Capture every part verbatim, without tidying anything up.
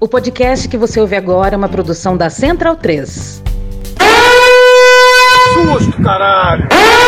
O podcast que você ouve agora é uma produção da Central três. Susto, caralho!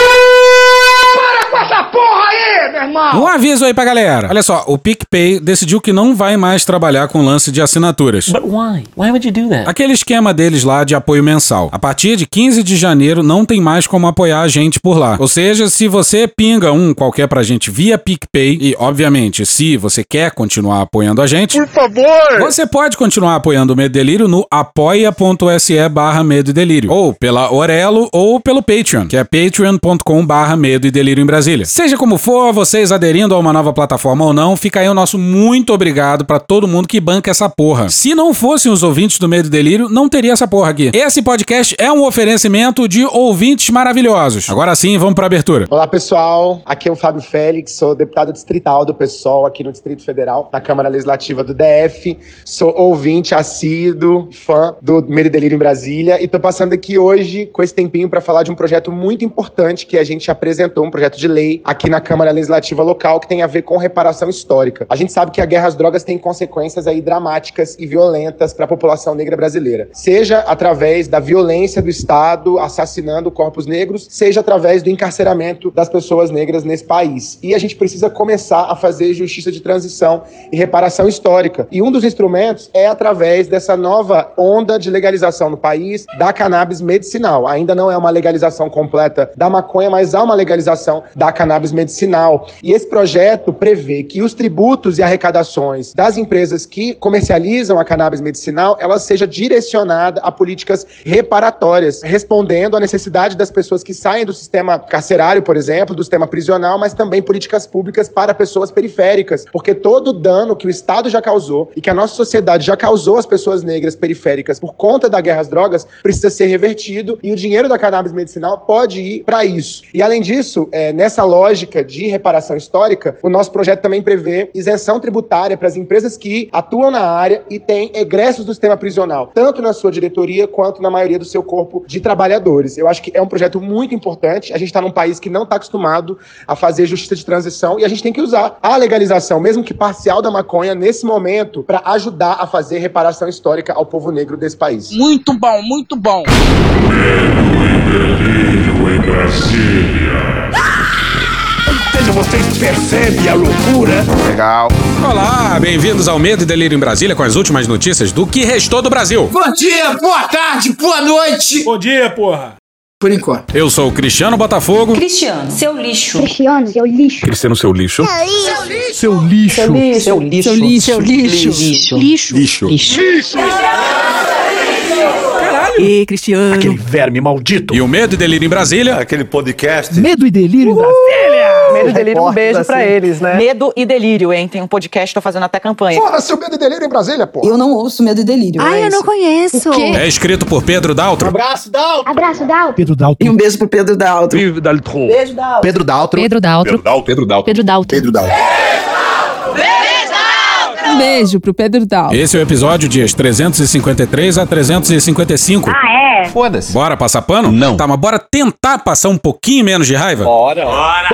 Para com essa porra aí, meu irmão! Um aviso aí pra galera. Olha só, o PicPay decidiu que não vai mais trabalhar com lance de assinaturas. But why? Why would you do that? Aquele esquema deles lá de apoio mensal. A partir de quinze de janeiro não tem mais como apoiar a gente por lá. Ou seja, se você pinga um qualquer pra gente via PicPay, e obviamente se você quer continuar apoiando a gente, por favor, você pode continuar apoiando o Medo e Delírio no apoia.se barra Medo e Delírio. Ou pela Orelo ou pelo Patreon, que é patreon.com barra Medo e Delírio em Brasília. Seja como for, vocês aderindo a uma nova plataforma ou não, fica aí o nosso muito obrigado pra todo mundo que banca essa porra. Se não fossem os ouvintes do Medo e Delírio, não teria essa porra aqui. Esse podcast é um oferecimento de ouvintes maravilhosos. Agora sim, vamos pra abertura. Olá, pessoal. Aqui é o Fábio Félix, sou deputado distrital do PSOL aqui no Distrito Federal, na Câmara Legislativa do D F. Sou ouvinte assíduo, fã do Medo e Delírio em Brasília e tô passando aqui hoje com esse tempinho pra falar de um projeto muito importante que a gente apresentou, um projeto de lei aqui na Câmara Legislativa local que tem a ver com reparação histórica. A gente sabe que a guerra às drogas tem consequências aí dramáticas e violentas para a população negra brasileira. Seja através da violência do Estado assassinando corpos negros, seja através do encarceramento das pessoas negras nesse país. E a gente precisa começar a fazer justiça de transição e reparação histórica. E um dos instrumentos é através dessa nova onda de legalização no país da cannabis medicinal. Ainda não é uma legalização completa da maconha, mas há uma legalização da cannabis medicinal. E esse projeto prevê que os tributos e arrecadações das empresas que comercializam a cannabis medicinal, ela seja direcionada a políticas reparatórias, respondendo à necessidade das pessoas que saem do sistema carcerário, por exemplo, do sistema prisional, mas também políticas públicas para pessoas periféricas, porque todo o dano que o Estado já causou e que a nossa sociedade já causou às pessoas negras periféricas por conta da guerra às drogas precisa ser revertido e o dinheiro da cannabis medicinal pode ir para isso. E além disso, é, nessa lógica de reparação histórica, o nosso projeto também prevê isenção tributária para as empresas que atuam na área e têm egressos do sistema prisional, tanto na sua diretoria quanto na maioria do seu corpo de trabalhadores. Eu acho que é um projeto muito importante. A gente está num país que não está acostumado a fazer justiça de transição e a gente tem que usar a legalização, mesmo que parcial, da maconha nesse momento para ajudar a fazer reparação histórica ao povo negro desse país. Muito bom, muito bom. Medo e Delírio em Brasília. Vocês percebem a loucura? Legal. Olá, bem-vindos ao Medo e Delírio em Brasília com as últimas notícias do que restou do Brasil. Bom dia, boa tarde, boa noite. Bom dia, porra. Por enquanto. Eu sou o Cristiano Botafogo. Cristiano, seu lixo. Cristiano, seu lixo. Cristiano, seu lixo. Seu lixo. Seu lixo. Seu lixo. Seu lixo. Seu lixo. Lixo. Lixo. Lixo. Lixo. E Cristiano. Aquele verme maldito. E o Medo e Delírio em Brasília. Aquele podcast. Medo e Delírio em Brasília. Medo e Delírio, um beijo pra eles, né? Medo e Delírio, hein? Tem um podcast, tô fazendo até campanha. Foda-se o Medo e Delírio em Brasília, porra. Eu não ouço Medo e Delírio. Ai, é eu não isso. conheço. O quê? É escrito por Pedro Daltro. Abraço, Daltro. Abraço, Dal. Pedro Daltro. E um beijo pro Pedro Daltro. Vive Daltro. Beijo, Daltro. Pedro Daltro. Pedro Daltro. Pedro Daltro. Pedro Daltro. Pedro Daltro. Pedro Daltro. Um beijo pro Pedro Daltro. Esse é o episódio dias trezentos e cinquenta e três a trezentos e cinquenta e cinco. Ah, é? Foda-se. Bora passar pano? Não. Tá, mas bora tentar passar um pouquinho menos de raiva? Bora.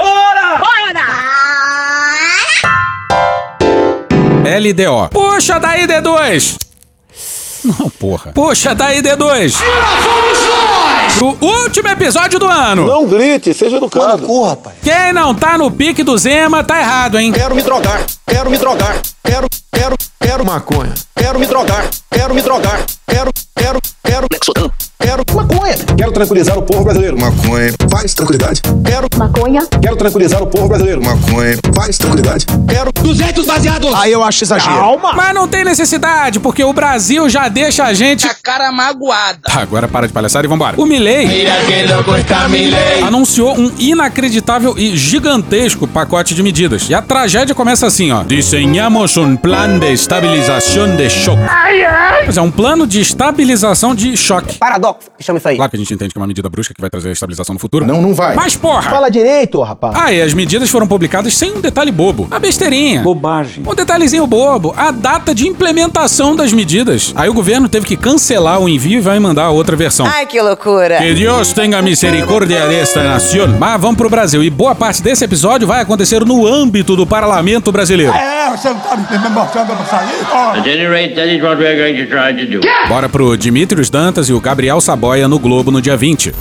L D O. Puxa daí, D dois! Não, porra. Puxa daí, D dois! Pro último episódio do ano. Não grite, seja educado. Porra, rapaz. Quem não tá no pique do Zema tá errado, hein? Quero me drogar. Quero me drogar. Quero, quero, quero maconha. Quero me drogar. Quero me drogar. Quero, quero, quero. Lexotan. Quero maconha. Quero tranquilizar o povo brasileiro. Maconha. Faz tranquilidade. Quero Maconha. Quero tranquilizar o povo brasileiro. Maconha. Faz tranquilidade. Quero duzentos baseados. Aí eu acho exagero. Calma. Mas não tem necessidade, porque o Brasil já deixa a gente... A cara magoada. Tá, agora para de palhaçada e vambora. O Milei anunciou um inacreditável e gigantesco pacote de medidas. E a tragédia começa assim, ó. Desenhamos um plano de estabilização de choque. Mas é um plano de estabilização de choque. Paradoxo. Chama isso aí. Claro que a gente entende que é uma medida brusca que vai trazer a estabilização no futuro. Não, não vai. Mas porra! Fala direito, rapaz. Ah, e as medidas foram publicadas sem um detalhe bobo. A besteirinha. Bobagem. Um detalhezinho bobo. A data de implementação das medidas. Aí o governo teve que cancelar o envio e vai mandar a outra versão. Ai, que loucura. Que Deus tenha misericórdia desta nação. Mas vamos pro Brasil. E boa parte desse episódio vai acontecer no âmbito do parlamento brasileiro. É, você não tá me mostrando pra sair? At any rate, that is what we're going to try to do. Bora pro Dimitrios Dantas e o Gabriel Saboia no Globo no dia vinte.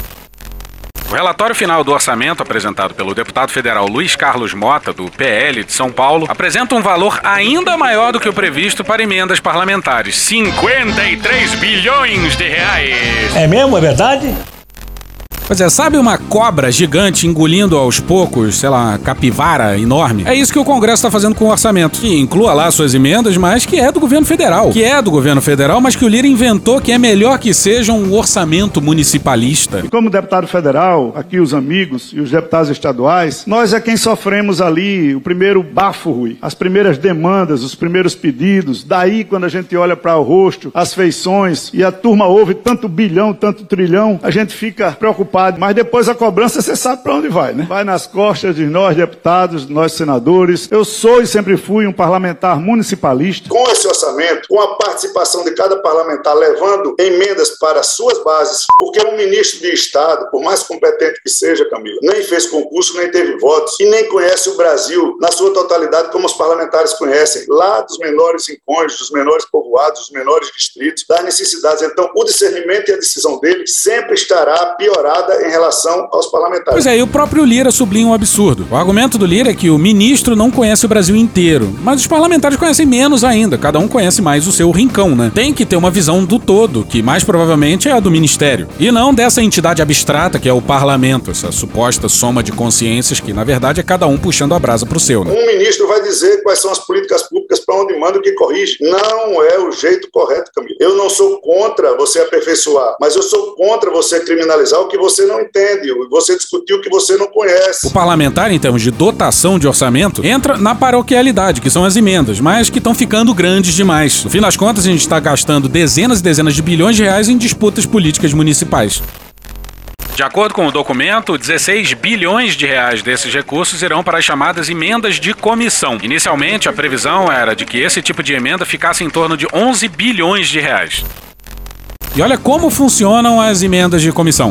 O relatório final do orçamento apresentado pelo deputado federal Luiz Carlos Mota, do P L de São Paulo, apresenta um valor ainda maior do que o previsto para emendas parlamentares. cinquenta e três bilhões de reais. É mesmo? É verdade? Pois é, sabe uma cobra gigante engolindo aos poucos, sei lá, capivara enorme? É isso que o Congresso está fazendo com o orçamento. Que inclua lá suas emendas, mas que é do governo federal. Que é do governo federal, mas que o Lira inventou que é melhor que seja um orçamento municipalista. E como deputado federal, aqui os amigos e os deputados estaduais, nós é quem sofremos ali o primeiro bafo, Rui, as primeiras demandas, os primeiros pedidos. Daí, quando a gente olha para o rosto, as feições, e a turma ouve tanto bilhão, tanto trilhão, a gente fica preocupado. Mas depois a cobrança, você sabe para onde vai, né? Vai nas costas de nós deputados, nós senadores. Eu sou e sempre fui um parlamentar municipalista. Com esse orçamento, com a participação de cada parlamentar levando emendas para suas bases, porque um ministro de Estado, por mais competente que seja, Camila, nem fez concurso, nem teve votos e nem conhece o Brasil na sua totalidade como os parlamentares conhecem, lá dos menores rincões, dos menores povoados, dos menores distritos, das necessidades. Então, o discernimento e a decisão dele sempre estará piorada em relação aos parlamentares. Pois é, e o próprio Lira sublinha um absurdo. O argumento do Lira é que o ministro não conhece o Brasil inteiro, mas os parlamentares conhecem menos ainda, cada um conhece mais o seu rincão, né? Tem que ter uma visão do todo, que mais provavelmente é a do ministério, e não dessa entidade abstrata que é o parlamento, essa suposta soma de consciências que, na verdade, é cada um puxando a brasa pro seu, né? Um ministro vai dizer quais são as políticas públicas para onde manda o que corrige. Não é o jeito correto, Camila. Eu não sou contra você aperfeiçoar, mas eu sou contra você criminalizar o que você não entende, você discutir o que você não conhece. O parlamentar, em termos de dotação de orçamento, entra na paroquialidade, que são as emendas, mas que estão ficando grandes demais. No fim das contas, a gente está gastando dezenas e dezenas de bilhões de reais em disputas políticas municipais. De acordo com o documento, dezesseis bilhões de reais desses recursos irão para as chamadas emendas de comissão. Inicialmente, a previsão era de que esse tipo de emenda ficasse em torno de onze bilhões de reais. E olha como funcionam as emendas de comissão.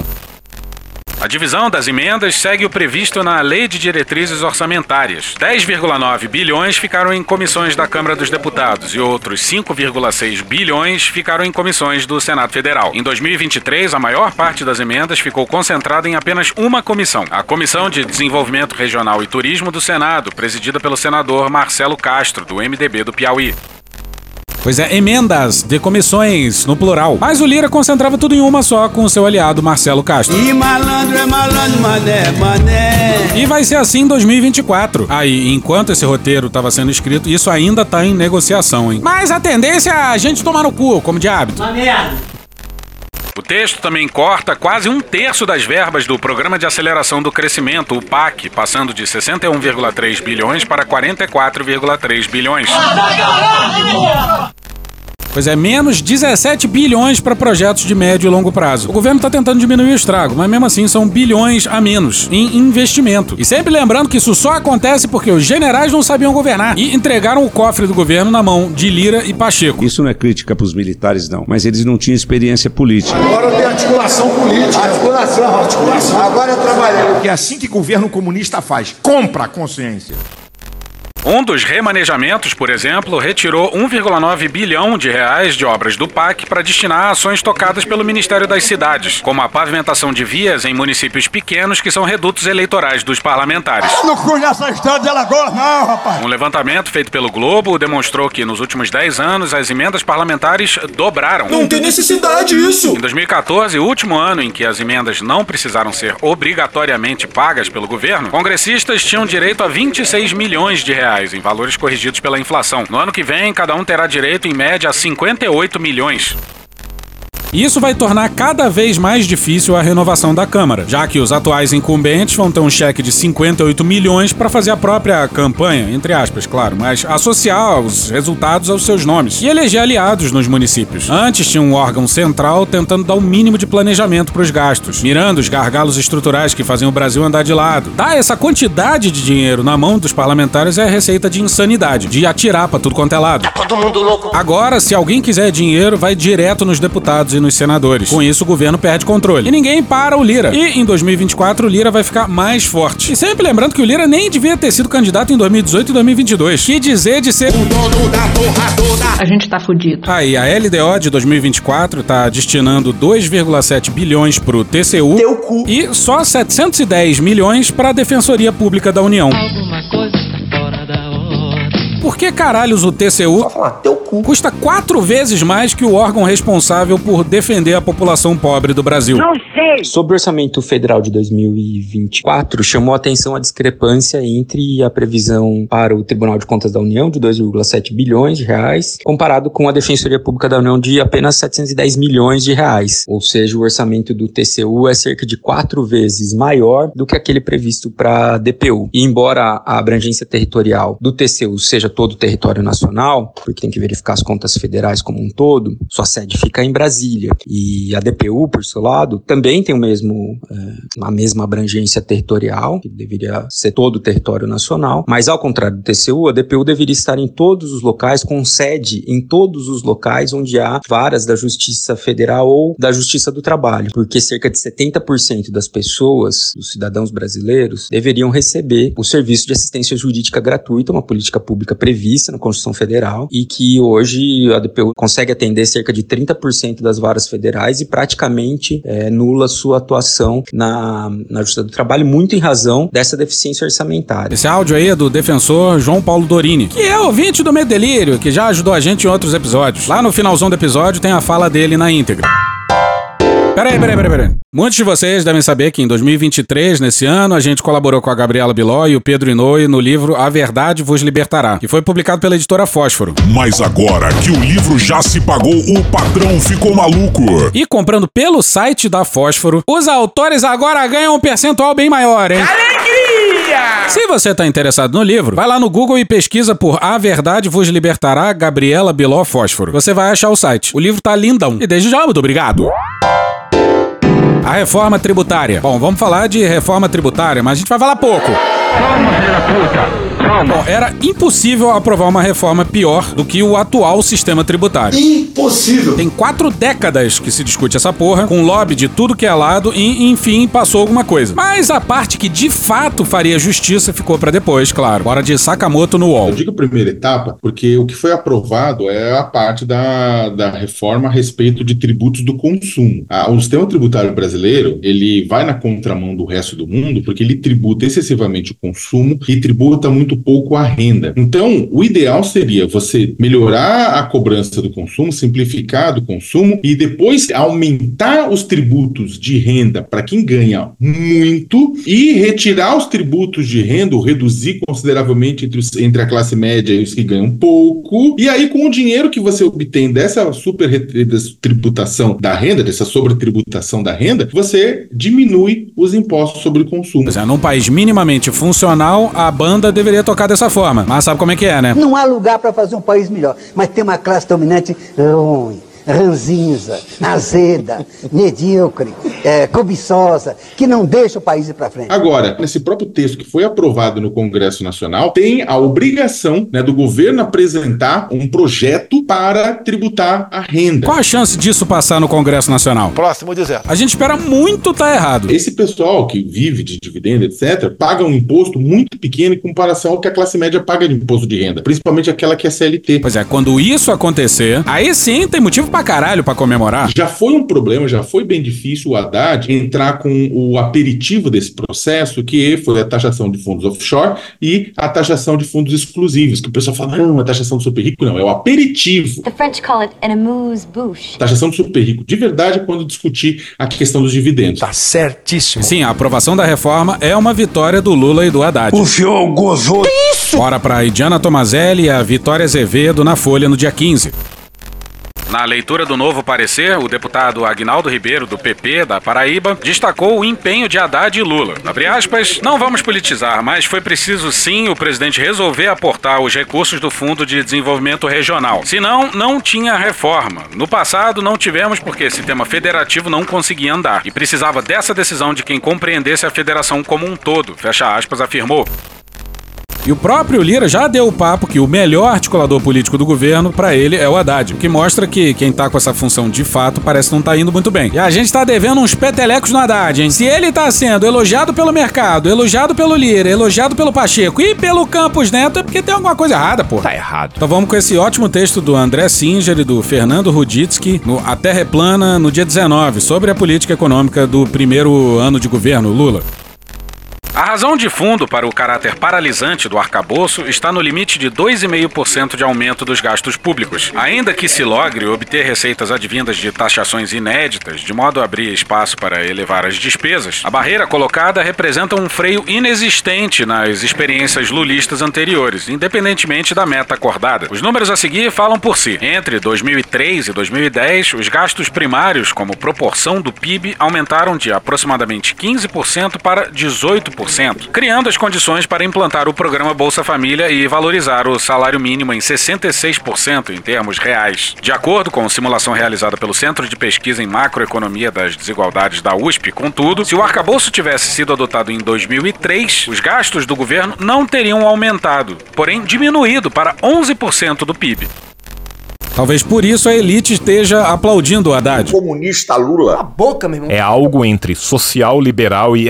A divisão das emendas segue o previsto na Lei de Diretrizes Orçamentárias. dez vírgula nove bilhões ficaram em comissões da Câmara dos Deputados e outros cinco vírgula seis bilhões ficaram em comissões do Senado Federal. Em dois mil e vinte e três, a maior parte das emendas ficou concentrada em apenas uma comissão, a Comissão de Desenvolvimento Regional e Turismo do Senado, presidida pelo senador Marcelo Castro, do M D B do Piauí. Pois é, emendas de comissões, no plural. Mas o Lira concentrava tudo em uma só com o seu aliado Marcelo Castro. E malandro é malandro, mané, mané. E vai ser assim em dois mil e vinte e quatro. Aí, enquanto esse roteiro estava sendo escrito, isso ainda tá em negociação, hein? Mas a tendência é a gente tomar no cu, como de hábito. Uma merda. O texto também corta quase um terço das verbas do Programa de Aceleração do Crescimento, o P A C, passando de sessenta e um vírgula três bilhões para quarenta e quatro vírgula três bilhões. Pois é, menos dezessete bilhões para projetos de médio e longo prazo. O governo está tentando diminuir o estrago, mas mesmo assim são bilhões a menos em investimento. E sempre lembrando que isso só acontece porque os generais não sabiam governar e entregaram o cofre do governo na mão de Lira e Pacheco. Isso não é crítica para os militares, não, mas eles não tinham experiência política. Agora tem articulação política. Articulação, articulação. Agora eu trabalhei. Porque é assim que o governo comunista faz. Compra a consciência. Um dos remanejamentos, por exemplo, retirou um vírgula nove bilhão de reais de obras do P A C para destinar a ações tocadas pelo Ministério das Cidades, como a pavimentação de vias em municípios pequenos que são redutos eleitorais dos parlamentares. Eu não conheço a estrada de Alagoas, não, rapaz. Um levantamento feito pelo Globo demonstrou que nos últimos dez anos as emendas parlamentares dobraram. Não tem necessidade isso. Em dois mil e quatorze, o último ano em que as emendas não precisaram ser obrigatoriamente pagas pelo governo, congressistas tinham direito a vinte e seis milhões de reais em valores corrigidos pela inflação. No ano que vem, cada um terá direito, em média, a cinquenta e oito milhões. E isso vai tornar cada vez mais difícil a renovação da Câmara, já que os atuais incumbentes vão ter um cheque de cinquenta e oito milhões para fazer a própria campanha, entre aspas, claro, mas associar os resultados aos seus nomes e eleger aliados nos municípios. Antes tinha um órgão central tentando dar o mínimo de planejamento para os gastos, mirando os gargalos estruturais que faziam o Brasil andar de lado. Dar essa quantidade de dinheiro na mão dos parlamentares é a receita de insanidade, de atirar pra tudo quanto é lado. Tá todo mundo louco. Agora, se alguém quiser dinheiro, vai direto nos deputados e nos senadores. Com isso, o governo perde controle. E ninguém para o Lira. E em dois mil e vinte e quatro, o Lira vai ficar mais forte. E sempre lembrando que o Lira nem devia ter sido candidato em dois mil e dezoito e dois mil e vinte e dois. Que dizer de ser o dono da porra toda. A gente tá fudido. Aí, a L D O de dois mil e vinte e quatro tá destinando dois vírgula sete bilhões pro T C U. Teu cu. E só setecentos e dez milhões pra Defensoria Pública da União. Alguma coisa tá fora da hora. Por que caralhos o T C U Só falar, teu cu. custa quatro vezes mais que o órgão responsável por defender a população pobre do Brasil? Não sei! Sobre o orçamento federal de dois mil e vinte e quatro, chamou a atenção a discrepância entre a previsão para o Tribunal de Contas da União de dois vírgula sete bilhões de reais, comparado com a Defensoria Pública da União de apenas setecentos e dez milhões de reais. Ou seja, o orçamento do T C U é cerca de quatro vezes maior do que aquele previsto para a D P U. E embora a abrangência territorial do T C U seja todo o território nacional, porque tem que verificar as contas federais como um todo, sua sede fica em Brasília. E a D P U, por seu lado, também tem o mesmo, é, a mesma abrangência territorial, que deveria ser todo o território nacional, mas ao contrário do T C U, a D P U deveria estar em todos os locais, com sede em todos os locais onde há varas da Justiça Federal ou da Justiça do Trabalho, porque cerca de setenta por cento das pessoas, dos cidadãos brasileiros, deveriam receber o serviço de assistência jurídica gratuita, uma política pública prevista na Constituição Federal, e que hoje a D P U consegue atender cerca de trinta por cento das varas federais e praticamente é, nula sua atuação na, na Justiça do Trabalho, muito em razão dessa deficiência orçamentária. Esse áudio aí é do defensor João Paulo Dorini, que é ouvinte do Medo Delírio, que já ajudou a gente em outros episódios. Lá no finalzão do episódio tem a fala dele na íntegra. Peraí, peraí, peraí, peraí. Muitos de vocês devem saber que em dois mil e vinte e três, nesse ano, a gente colaborou com a Gabriela Biló e o Pedro Inouye no livro A Verdade Vos Libertará, que foi publicado pela editora Fósforo. Mas agora que o livro já se pagou, o patrão ficou maluco. E comprando pelo site da Fósforo, os autores agora ganham um percentual bem maior, hein? Alegria! Se você tá interessado no livro, vai lá no Google e pesquisa por A Verdade Vos Libertará, Gabriela Biló Fósforo. Você vai achar o site. O livro tá lindão. E desde já, muito obrigado. A reforma tributária. Bom, vamos falar de reforma tributária, mas a gente vai falar pouco. Calma, filha da puta. Calma. Bom, era impossível aprovar uma reforma pior do que o atual sistema tributário. Impossível. Tem quatro décadas que se discute essa porra, com lobby de tudo que é lado e, enfim, passou alguma coisa. Mas a parte que de fato faria justiça ficou pra depois, claro. Bora de Sakamoto no U O L. Eu digo primeira etapa porque o que foi aprovado é a parte da, da reforma a respeito de tributos do consumo. Ah, o sistema tributário brasileiro, ele vai na contramão do resto do mundo porque ele tributa excessivamente o consumo e tributa muito pouco a renda. Então, o ideal seria você melhorar a cobrança do consumo, simplificar do consumo e depois aumentar os tributos de renda para quem ganha muito e retirar os tributos de renda ou reduzir consideravelmente entre, os, entre a classe média e os que ganham pouco. E aí, com o dinheiro que você obtém dessa super tributação da renda, dessa sobretributação da renda, você diminui os impostos sobre o consumo. Pois é, num país minimamente funcional, a banda deveria tocar dessa forma. Mas sabe como é que é, né? Não há lugar para fazer um país melhor, mas tem uma classe dominante ruim, ranzinza, azeda, medíocre, é, cobiçosa, que não deixa o país ir para frente. Agora, nesse próprio texto que foi aprovado no Congresso Nacional, tem a obrigação, né, do governo apresentar um projeto para tributar a renda. Qual a chance disso passar no Congresso Nacional? Próximo dizer. A gente espera muito tá errado. Esse pessoal que vive de dividendo, etcétera, paga um imposto muito pequeno em comparação ao que a classe média paga de imposto de renda, principalmente aquela que é C L T. Pois é, quando isso acontecer, aí sim tem motivo pra caralho pra comemorar. Já foi um problema, já foi bem difícil o Haddad entrar com o aperitivo desse processo, que foi a taxação de fundos offshore e a taxação de fundos exclusivos, que o pessoal fala, não, a taxação do super rico não, é o aperitivo. The French call it an amuse-bouche. Taxação do super rico de verdade é quando discutir a questão dos dividendos. Tá certíssimo. Sim, a aprovação da reforma é uma vitória do Lula e do Haddad. O senhor gozou. Isso! Bora pra Idiana Tomazelli e a Vitória Azevedo na Folha no dia quinze. Na leitura do novo parecer, o deputado Aguinaldo Ribeiro, do P P da Paraíba, destacou o empenho de Haddad e Lula. Abre aspas, não vamos politizar, mas foi preciso sim o presidente resolver aportar os recursos do Fundo de Desenvolvimento Regional. Senão, não tinha reforma. No passado, não tivemos porque esse tema federativo não conseguia andar. E precisava dessa decisão de quem compreendesse a federação como um todo, fecha aspas, afirmou. E o próprio Lira já deu o papo que o melhor articulador político do governo, pra ele, é o Haddad. O que mostra que quem tá com essa função de fato parece não tá indo muito bem. E a gente tá devendo uns petelecos no Haddad, hein? Se ele tá sendo elogiado pelo mercado, elogiado pelo Lira, elogiado pelo Pacheco e pelo Campos Neto, é porque tem alguma coisa errada, pô. Tá errado. Então vamos com esse ótimo texto do André Singer e do Fernando Ruditsky no A Terra é Plana, no dia dezenove, sobre a política econômica do primeiro ano de governo Lula. A razão de fundo para o caráter paralisante do arcabouço está no limite de dois vírgula cinco por cento de aumento dos gastos públicos. Ainda que se logre obter receitas advindas de taxações inéditas, de modo a abrir espaço para elevar as despesas, a barreira colocada representa um freio inexistente nas experiências lulistas anteriores, independentemente da meta acordada. Os números a seguir falam por si. Entre dois mil e três e dois mil e dez, os gastos primários, como proporção do P I B, aumentaram de aproximadamente quinze por cento para dezoito por cento. Criando as condições para implantar o programa Bolsa Família e valorizar o salário mínimo em sessenta e seis por cento em termos reais. De acordo com a simulação realizada pelo Centro de Pesquisa em Macroeconomia das Desigualdades da U S P, contudo, se o arcabouço tivesse sido adotado em dois mil e três, os gastos do governo não teriam aumentado, porém diminuído para onze por cento do P I B. Talvez por isso a elite esteja aplaudindo o Haddad. Comunista Lula. A boca, meu irmão. É algo entre social, liberal e...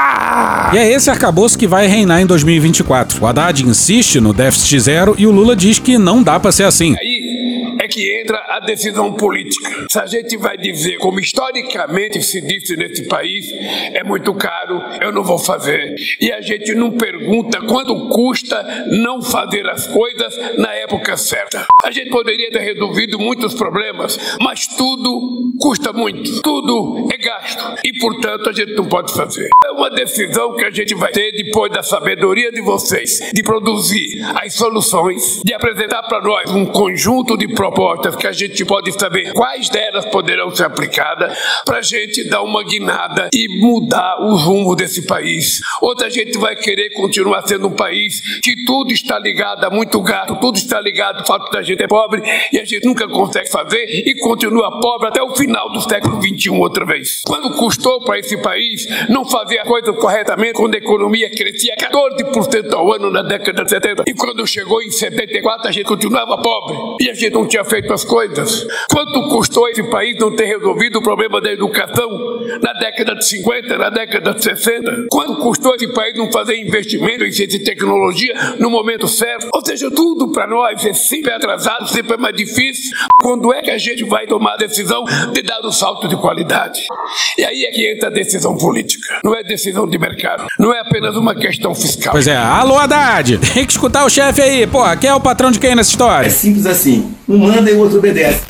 Ah! E é esse arcabouço que vai reinar em dois mil e vinte e quatro. O Haddad insiste no déficit zero e o Lula diz que não dá pra ser assim. Aí é que entra a decisão política. Se a gente vai dizer, como historicamente se disse nesse país, é muito caro, eu não vou fazer. E a gente não pergunta quanto custa não fazer as coisas na época certa. A gente poderia ter resolvido muitos problemas, mas tudo custa muito. Tudo é gasto. E, portanto, a gente não pode fazer. É uma decisão que a gente vai ter depois da sabedoria de vocês, de produzir as soluções, de apresentar para nós um conjunto de propostas que a gente pode saber quais delas poderão ser aplicadas para a gente dar uma guinada e mudar o rumo desse país. Outra gente vai querer continuar sendo um país que tudo está ligado a muito gasto, tudo está ligado ao fato da gente é pobre e a gente nunca consegue fazer e continua pobre até o final do século vinte e um outra vez. Quando custou para esse país não fazer a coisa corretamente, quando a economia crescia quatorze por cento ao ano na década de setenta e quando chegou em setenta e quatro a gente continuava pobre e a gente não tinha feito as coisas. Quanto custou esse país não ter resolvido o problema da educação na década de cinquenta, na década de sessenta? Quanto custou esse país não fazer investimento em ciência e tecnologia no momento certo? Ou seja, tudo para nós é sempre atrasado, sempre é mais difícil. Quando é que a gente vai tomar a decisão de dar um salto de qualidade? E aí é que entra a decisão política. Não é decisão de mercado. Não é apenas uma questão fiscal. Pois é. Alô, Haddad! Tem que escutar o chefe aí. Porra, quem é o patrão de quem nessa história? É simples assim. Um manda e o outro obedece.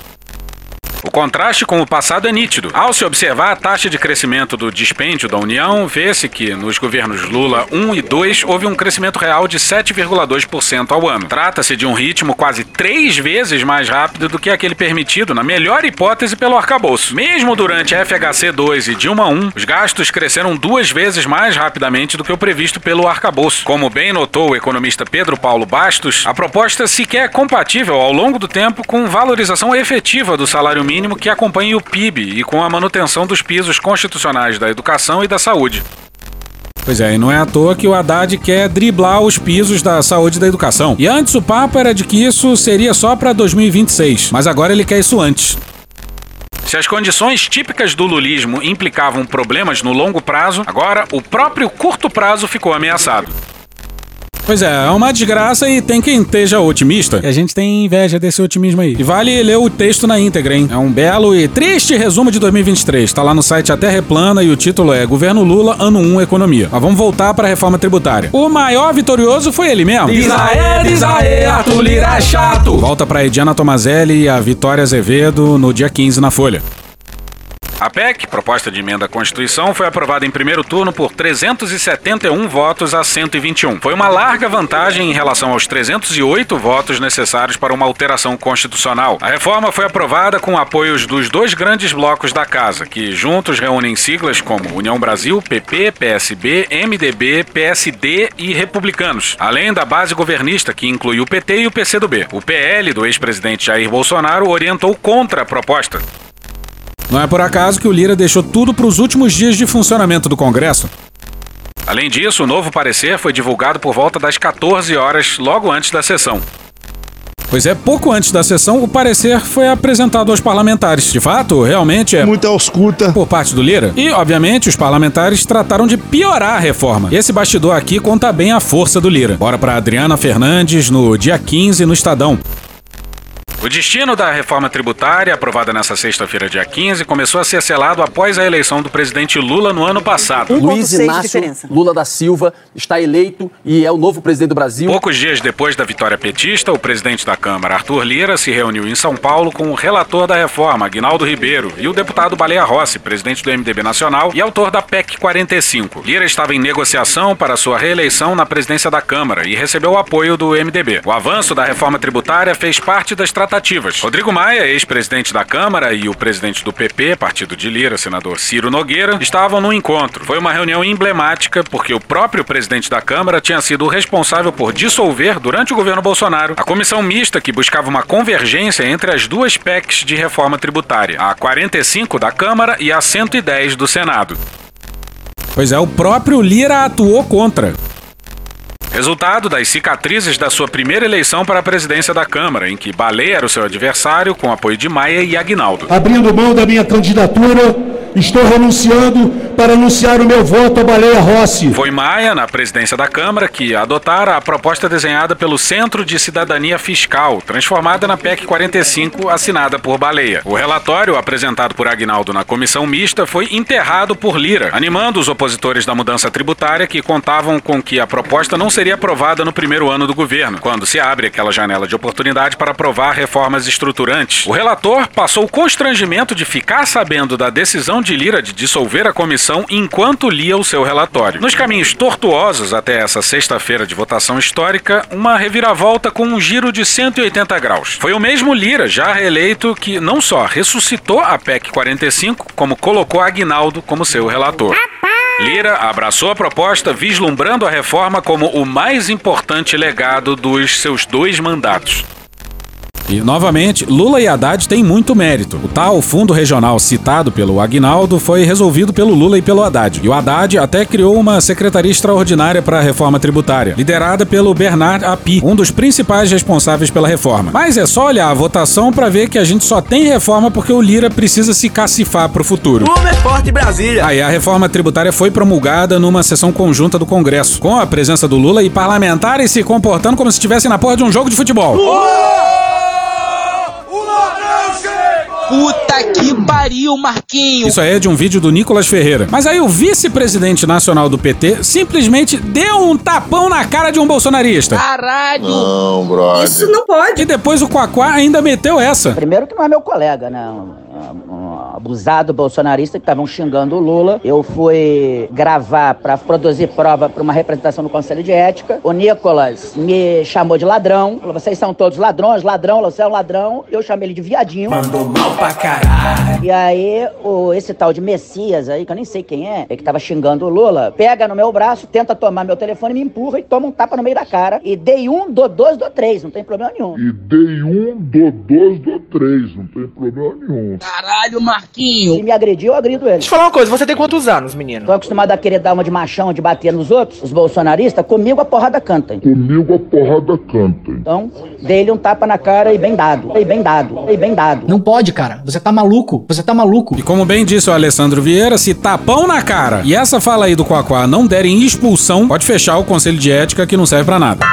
O contraste com o passado é nítido. Ao se observar a taxa de crescimento do dispêndio da União, vê-se que nos governos Lula um e dois houve um crescimento real de sete vírgula dois por cento ao ano. Trata-se de um ritmo quase três vezes mais rápido do que aquele permitido, na melhor hipótese, pelo arcabouço. Mesmo durante F H C dois e Dilma um, os gastos cresceram duas vezes mais rapidamente do que o previsto pelo arcabouço. Como bem notou o economista Pedro Paulo Bastos, a proposta sequer é compatível ao longo do tempo com valorização efetiva do salário mínimo mínimo que acompanhe o P I B e com a manutenção dos pisos constitucionais da educação e da saúde. Pois é, e não é à toa que o Haddad quer driblar os pisos da saúde e da educação. E antes o papo era de que isso seria só para dois mil e vinte e seis, mas agora ele quer isso antes. Se as condições típicas do lulismo implicavam problemas no longo prazo, agora o próprio curto prazo ficou ameaçado. Pois é, é uma desgraça e tem quem esteja otimista. E a gente tem inveja desse otimismo aí. E vale ler o texto na íntegra, hein? É um belo e triste resumo de dois mil e vinte e três. Tá lá no site A Terra é Plana e o título é Governo Lula, Ano um, Economia. Mas vamos voltar para a reforma tributária. O maior vitorioso foi ele mesmo. Diz aê, diz aê, Arthur Lira é chato. Volta para Ediana Tomazelli e a Vitória Azevedo no dia quinze na Folha. A P E C, proposta de emenda à Constituição, foi aprovada em primeiro turno por trezentos e setenta e um votos a cento e vinte e um. Foi uma larga vantagem em relação aos trezentos e oito votos necessários para uma alteração constitucional. A reforma foi aprovada com apoios dos dois grandes blocos da Casa, que juntos reúnem siglas como União Brasil, P P, P S B, M D B, P S D e Republicanos, além da base governista, que inclui o P T e o P C do B. O P L do ex-presidente Jair Bolsonaro orientou contra a proposta. Não é por acaso que o Lira deixou tudo para os últimos dias de funcionamento do Congresso. Além disso, o novo parecer foi divulgado por volta das quatorze horas, logo antes da sessão. Pois é, pouco antes da sessão, o parecer foi apresentado aos parlamentares. De fato, realmente é muita ausculta por parte do Lira. E, obviamente, os parlamentares trataram de piorar a reforma. Esse bastidor aqui conta bem a força do Lira. Bora para Adriana Fernandes no dia quinze no Estadão. O destino da reforma tributária, aprovada nessa sexta-feira, dia quinze, começou a ser selado após a eleição do presidente Lula no ano passado. Luiz Inácio Lula da Silva está eleito e é o novo presidente do Brasil. Poucos dias depois da vitória petista, o presidente da Câmara, Arthur Lira, se reuniu em São Paulo com o relator da reforma, Aguinaldo Ribeiro, e o deputado Baleia Rossi, presidente do M D B Nacional e autor da P E C quarenta e cinco. Lira estava em negociação para sua reeleição na presidência da Câmara e recebeu o apoio do M D B. O avanço da reforma tributária fez parte das tratativas. Rodrigo Maia, ex-presidente da Câmara, e o presidente do P P, partido de Lira, senador Ciro Nogueira, estavam no encontro. Foi uma reunião emblemática porque o próprio presidente da Câmara tinha sido o responsável por dissolver, durante o governo Bolsonaro, a comissão mista que buscava uma convergência entre as duas P E Cs de reforma tributária, a quarenta e cinco da Câmara e a cento e dez do Senado. Pois é, o próprio Lira atuou contra. Resultado das cicatrizes da sua primeira eleição para a presidência da Câmara, em que Baleia era o seu adversário, com apoio de Maia e Aguinaldo. Abrindo mão da minha candidatura, estou renunciando para anunciar o meu voto a Baleia Rossi. Foi Maia, na presidência da Câmara, que adotara a proposta desenhada pelo Centro de Cidadania Fiscal, transformada na P E C quarenta e cinco, assinada por Baleia. O relatório, apresentado por Aguinaldo na comissão mista, foi enterrado por Lira, animando os opositores da mudança tributária que contavam com que a proposta não seria aprovada no primeiro ano do governo, quando se abre aquela janela de oportunidade para aprovar reformas estruturantes. O relator passou o constrangimento de ficar sabendo da decisão de Lira de dissolver a comissão enquanto lia o seu relatório. Nos caminhos tortuosos até essa sexta-feira de votação histórica, uma reviravolta com um giro de cento e oitenta graus. Foi o mesmo Lira, já reeleito, que não só ressuscitou a P E C quarenta e cinco, como colocou Aguinaldo como seu relator. Lira abraçou a proposta, vislumbrando a reforma como o mais importante legado dos seus dois mandatos. E, novamente, Lula e Haddad têm muito mérito. O tal fundo regional citado pelo Aguinaldo foi resolvido pelo Lula e pelo Haddad. E o Haddad até criou uma secretaria extraordinária para a reforma tributária, liderada pelo Bernard Api, um dos principais responsáveis pela reforma. Mas é só olhar a votação para ver que a gente só tem reforma porque o Lira precisa se cacifar para o futuro. Como é forte Brasília! Aí a reforma tributária foi promulgada numa sessão conjunta do Congresso, com a presença do Lula e parlamentares se comportando como se estivessem na porra de um jogo de futebol. Uou! Puta que pariu, Marquinho! Isso aí é de um vídeo do Nicolas Ferreira. Mas aí o vice-presidente nacional do P T simplesmente deu um tapão na cara de um bolsonarista. Caralho! Não, brother. Isso não pode. E depois o Quaquá ainda meteu essa. Primeiro que não é meu colega, né? Um, um abusado bolsonarista que estavam xingando o Lula. Eu fui gravar pra produzir prova pra uma representação no Conselho de Ética. O Nicolas me chamou de ladrão. Falou, vocês são todos ladrões, ladrão, você é um ladrão. Eu chamei ele de viadinho. Mandou mal pra caralho. E aí, o, esse tal de Messias aí, que eu nem sei quem é, é que tava xingando o Lula, pega no meu braço, tenta tomar meu telefone, me empurra e toma um tapa no meio da cara. E dei um, dou dois, dou três, não tem problema nenhum. E dei um, dou dois, dou três, não tem problema nenhum. Caralho, Marquinho. Se me agredir, eu agrido ele. Deixa eu falar uma coisa, você tem quantos anos, menino? Tô acostumado a querer dar uma de machão, de bater nos outros, os bolsonaristas, comigo a porrada canta. Comigo a porrada canta. Então, dei-lhe um tapa na cara e bem dado, e bem dado, e bem dado. Não pode, cara. Você tá maluco. Você tá maluco. E como bem disse o Alessandro Vieira, se tapão na cara e essa fala aí do Quaquá não derem expulsão, pode fechar o Conselho de Ética que não serve pra nada.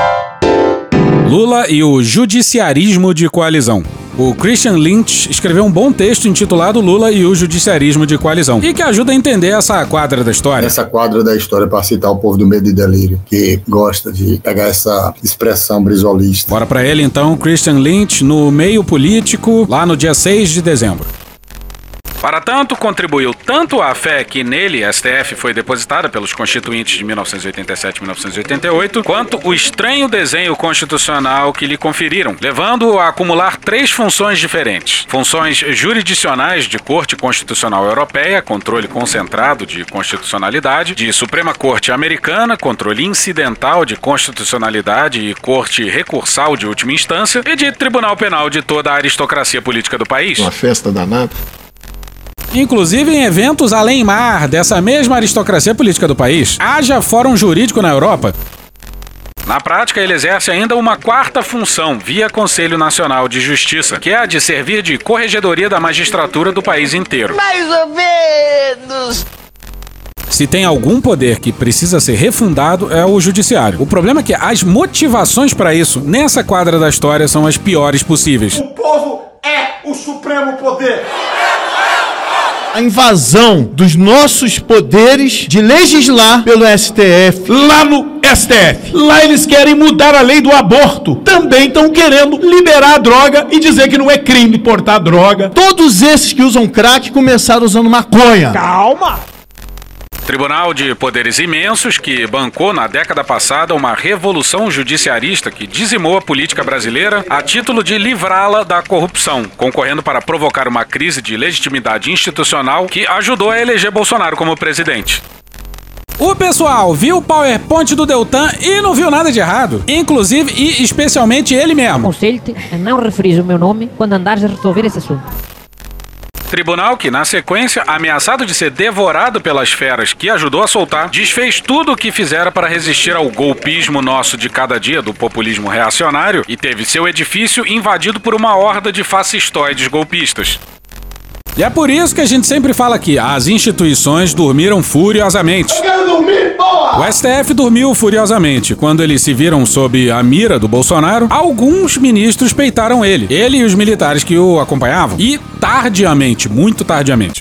Lula e o judiciarismo de coalizão. O Christian Lynch escreveu um bom texto intitulado Lula e o Judiciarismo de Coalizão, e que ajuda a entender essa quadra da história. Essa quadra da história para citar o povo do medo e delírio, que gosta de pegar essa expressão brisolista. Bora pra ele então, Christian Lynch, no Meio Político, lá no dia seis de dezembro. Para tanto, contribuiu tanto a fé que nele a S T F foi depositada pelos constituintes de mil novecentos e oitenta e sete e mil novecentos e oitenta e oito, quanto o estranho desenho constitucional que lhe conferiram, levando-o a acumular três funções diferentes. Funções jurisdicionais de Corte Constitucional Europeia, controle concentrado de constitucionalidade, de Suprema Corte Americana, controle incidental de constitucionalidade e Corte Recursal de última instância, e de Tribunal Penal de toda a aristocracia política do país. Uma festa danada. Inclusive em eventos além mar dessa mesma aristocracia política do país. Haja fórum jurídico na Europa. Na prática, ele exerce ainda uma quarta função, via Conselho Nacional de Justiça, que é a de servir de corregedoria da magistratura do país inteiro. Mais ou menos. Se tem algum poder que precisa ser refundado, é o judiciário. O problema é que as motivações para isso, nessa quadra da história, são as piores possíveis. O povo é o supremo poder. A invasão dos nossos poderes de legislar pelo S T F. Lá no S T F. Lá eles querem mudar a lei do aborto. Também estão querendo liberar a droga e dizer que não é crime portar droga. Todos esses que usam crack começaram usando maconha. Calma! Tribunal de Poderes Imensos, que bancou na década passada uma revolução judiciarista que dizimou a política brasileira a título de livrá-la da corrupção, concorrendo para provocar uma crise de legitimidade institucional que ajudou a eleger Bolsonaro como presidente. O pessoal viu o PowerPoint do Deltan e não viu nada de errado. Inclusive e especialmente ele mesmo. Aconselho-te a não referir o meu nome quando andares a resolver esse assunto. Tribunal que, na sequência, ameaçado de ser devorado pelas feras que ajudou a soltar, desfez tudo o que fizera para resistir ao golpismo nosso de cada dia do populismo reacionário e teve seu edifício invadido por uma horda de fascistoides golpistas. E é por isso que a gente sempre fala aqui, as instituições dormiram furiosamente. Eu quero dormir, porra! O S T F dormiu furiosamente. Quando eles se viram sob a mira do Bolsonaro, alguns ministros peitaram ele. Ele e os militares que o acompanhavam. E tardiamente, muito tardiamente.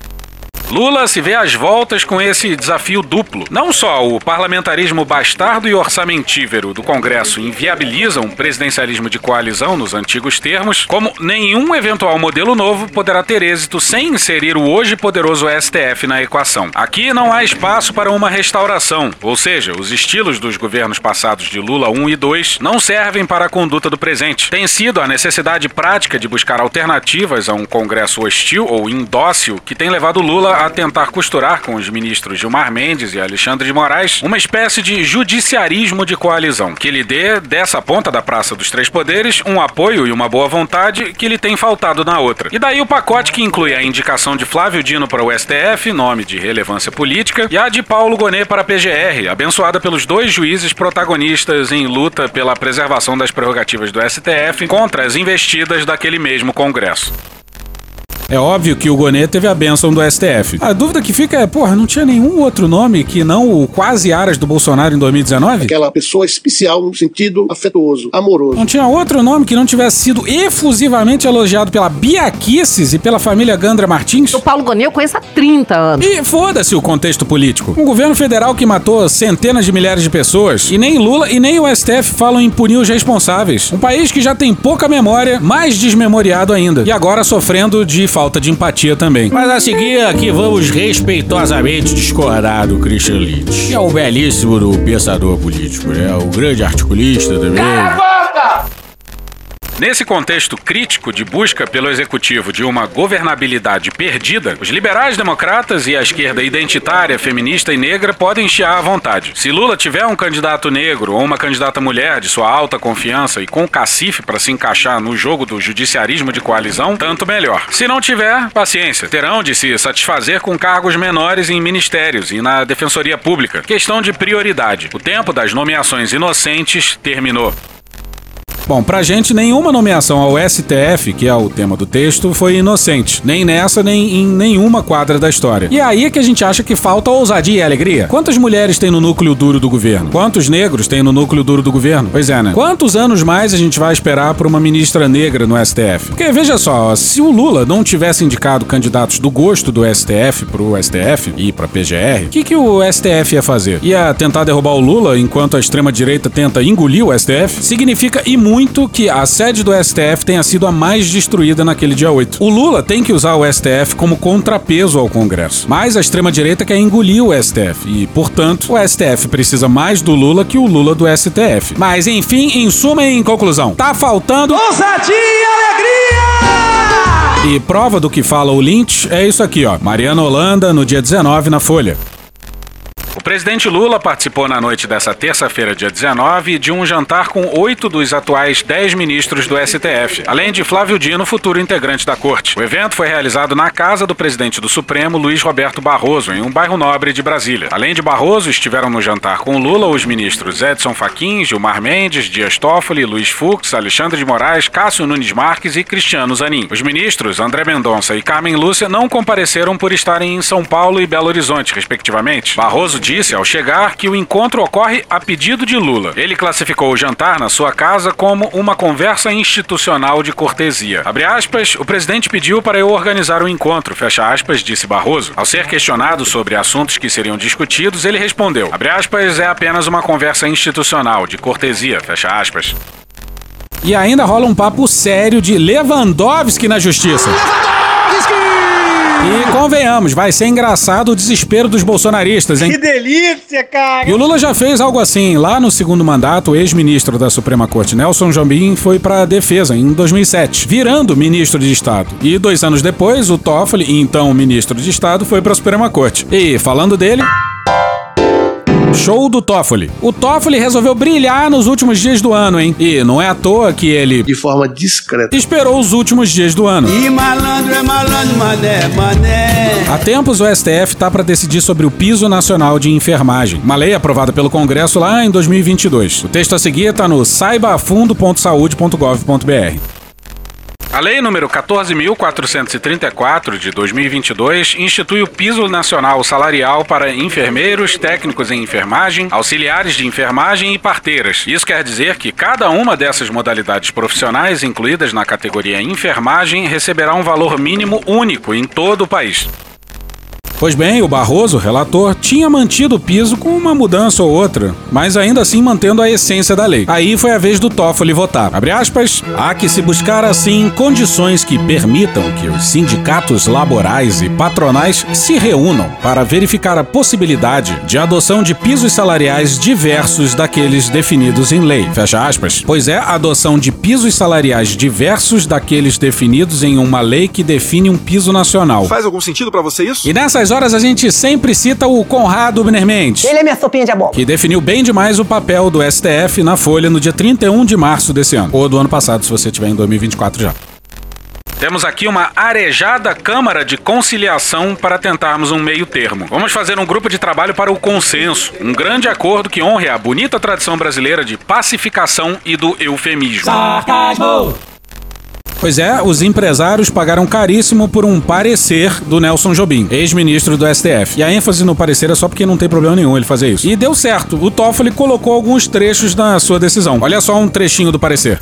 Lula se vê às voltas com esse desafio duplo. Não só o parlamentarismo bastardo e orçamentível do Congresso inviabiliza um presidencialismo de coalizão nos antigos termos, como nenhum eventual modelo novo poderá ter êxito sem inserir o hoje poderoso S T F na equação. Aqui não há espaço para uma restauração, ou seja, os estilos dos governos passados de Lula um e dois não servem para a conduta do presente. Tem sido a necessidade prática de buscar alternativas a um Congresso hostil ou indócil que tem levado Lula a tentar costurar com os ministros Gilmar Mendes e Alexandre de Moraes uma espécie de judiciarismo de coalizão, que lhe dê, dessa ponta da Praça dos Três Poderes, um apoio e uma boa vontade que lhe tem faltado na outra. E daí o pacote que inclui a indicação de Flávio Dino para o S T F, nome de relevância política, e a de Paulo Gonet para a P G R, abençoada pelos dois juízes protagonistas em luta pela preservação das prerrogativas do S T F contra as investidas daquele mesmo Congresso. É óbvio que o Gonet teve a bênção do S T F. A dúvida que fica é, porra, não tinha nenhum outro nome que não o quase Aras do Bolsonaro em dois mil e dezenove? Aquela pessoa especial no sentido afetuoso, amoroso. Não tinha outro nome que não tivesse sido efusivamente elogiado pela Bia Kicis e pela família Gandra Martins? O Paulo Gonet eu conheço há trinta anos. E foda-se o contexto político. Um governo federal que matou centenas de milhares de pessoas e nem Lula e nem o S T F falam em punir os responsáveis. Um país que já tem pouca memória, mais desmemoriado ainda. E agora sofrendo de falta de empatia também. Mas a seguir aqui vamos respeitosamente discordar do Christian Lynch, que é o belíssimo do pensador político, né? O grande articulista também. Nesse contexto crítico de busca pelo executivo de uma governabilidade perdida, os liberais democratas e a esquerda identitária, feminista e negra podem chiar à vontade. Se Lula tiver um candidato negro ou uma candidata mulher de sua alta confiança e com cacife para se encaixar no jogo do judiciarismo de coalizão, tanto melhor. Se não tiver, paciência. Terão de se satisfazer com cargos menores em ministérios e na defensoria pública. Questão de prioridade. O tempo das nomeações inocentes terminou. Bom, pra gente, nenhuma nomeação ao S T F, que é o tema do texto, foi inocente. Nem nessa, nem em nenhuma quadra da história. E é aí que a gente acha que falta ousadia e alegria. Quantas mulheres tem no núcleo duro do governo? Quantos negros tem no núcleo duro do governo? Pois é, né? Quantos anos mais a gente vai esperar por uma ministra negra no S T F? Porque, veja só, se o Lula não tivesse indicado candidatos do gosto do S T F pro S T F e pra P G R, o que, que o S T F ia fazer? Ia tentar derrubar o Lula enquanto a extrema-direita tenta engolir o S T F? Significa e muito muito que a sede do S T F tenha sido a mais destruída naquele dia oito. O Lula tem que usar o S T F como contrapeso ao Congresso, mas a extrema-direita quer engolir o S T F e, portanto, o S T F precisa mais do Lula que o Lula do S T F. Mas, enfim, em suma e em conclusão, tá faltando... ousadia e alegria! E prova do que fala o Lynch é isso aqui, ó. Mariana Holanda, no dia dezenove, na Folha. O presidente Lula participou na noite dessa terça-feira, dia dezenove, de um jantar com oito dos atuais dez ministros do S T F, além de Flávio Dino, futuro integrante da corte. O evento foi realizado na casa do presidente do Supremo, Luiz Roberto Barroso, em um bairro nobre de Brasília. Além de Barroso, estiveram no jantar com Lula os ministros Edson Fachin, Gilmar Mendes, Dias Toffoli, Luiz Fux, Alexandre de Moraes, Cássio Nunes Marques e Cristiano Zanin. Os ministros André Mendonça e Carmen Lúcia não compareceram por estarem em São Paulo e Belo Horizonte, respectivamente. Barroso disse ao chegar que o encontro ocorre a pedido de Lula. Ele classificou o jantar na sua casa como uma conversa institucional de cortesia. Abre aspas, o presidente pediu para eu organizar o encontro, fecha aspas, disse Barroso. Ao ser questionado sobre assuntos que seriam discutidos, ele respondeu, abre aspas, é apenas uma conversa institucional de cortesia, fecha aspas. E ainda rola um papo sério de Lewandowski na justiça. E convenhamos, vai ser engraçado o desespero dos bolsonaristas, hein? Que delícia, cara! E o Lula já fez algo assim. Lá no segundo mandato, o ex-ministro da Suprema Corte, Nelson Jobim, foi pra defesa em dois mil e sete, virando ministro de Estado. E dois anos depois, o Toffoli, então ministro de Estado, foi pra Suprema Corte. E, falando dele... Show do Toffoli. O Toffoli resolveu brilhar nos últimos dias do ano, hein? E não é à toa que ele... de forma discreta. Esperou os últimos dias do ano. E malandro é malandro, mané, mané. Há tempos o S T F tá para decidir sobre o Piso Nacional de Enfermagem, uma lei aprovada pelo Congresso lá em dois mil e vinte e dois. O texto a seguir tá no saiba a fundo ponto saúde ponto gov ponto br. A Lei número quatorze mil quatrocentos e trinta e quatro, de dois mil e vinte e dois, institui o Piso Nacional Salarial para enfermeiros, técnicos em enfermagem, auxiliares de enfermagem e parteiras. Isso quer dizer que cada uma dessas modalidades profissionais incluídas na categoria enfermagem receberá um valor mínimo único em todo o país. Pois bem, o Barroso, relator, tinha mantido o piso com uma mudança ou outra, mas ainda assim mantendo a essência da lei. Aí foi a vez do Toffoli votar. Abre aspas, há que se buscar assim condições que permitam que os sindicatos laborais e patronais se reúnam para verificar a possibilidade de adoção de pisos salariais diversos daqueles definidos em lei. Fecha aspas. Pois é, a adoção de pisos salariais diversos daqueles definidos em uma lei que define um piso nacional. Faz algum sentido pra você isso? E nessas horas a gente sempre cita o Conrado Bner Mendes. Ele é minha sopinha de abóbora. Que definiu bem demais o papel do S T F na Folha no dia trinta e um de março desse ano. Ou do ano passado, se você estiver em dois mil e vinte e quatro já. Temos aqui uma arejada Câmara de Conciliação para tentarmos um meio termo. Vamos fazer um grupo de trabalho para o consenso. Um grande acordo que honre a bonita tradição brasileira de pacificação e do eufemismo. Sarcasmo! Pois é, os empresários pagaram caríssimo por um parecer do Nelson Jobim, ex-ministro do S T F. E a ênfase no parecer é só porque não tem problema nenhum ele fazer isso. E deu certo, o Toffoli colocou alguns trechos na sua decisão. Olha só um trechinho do parecer.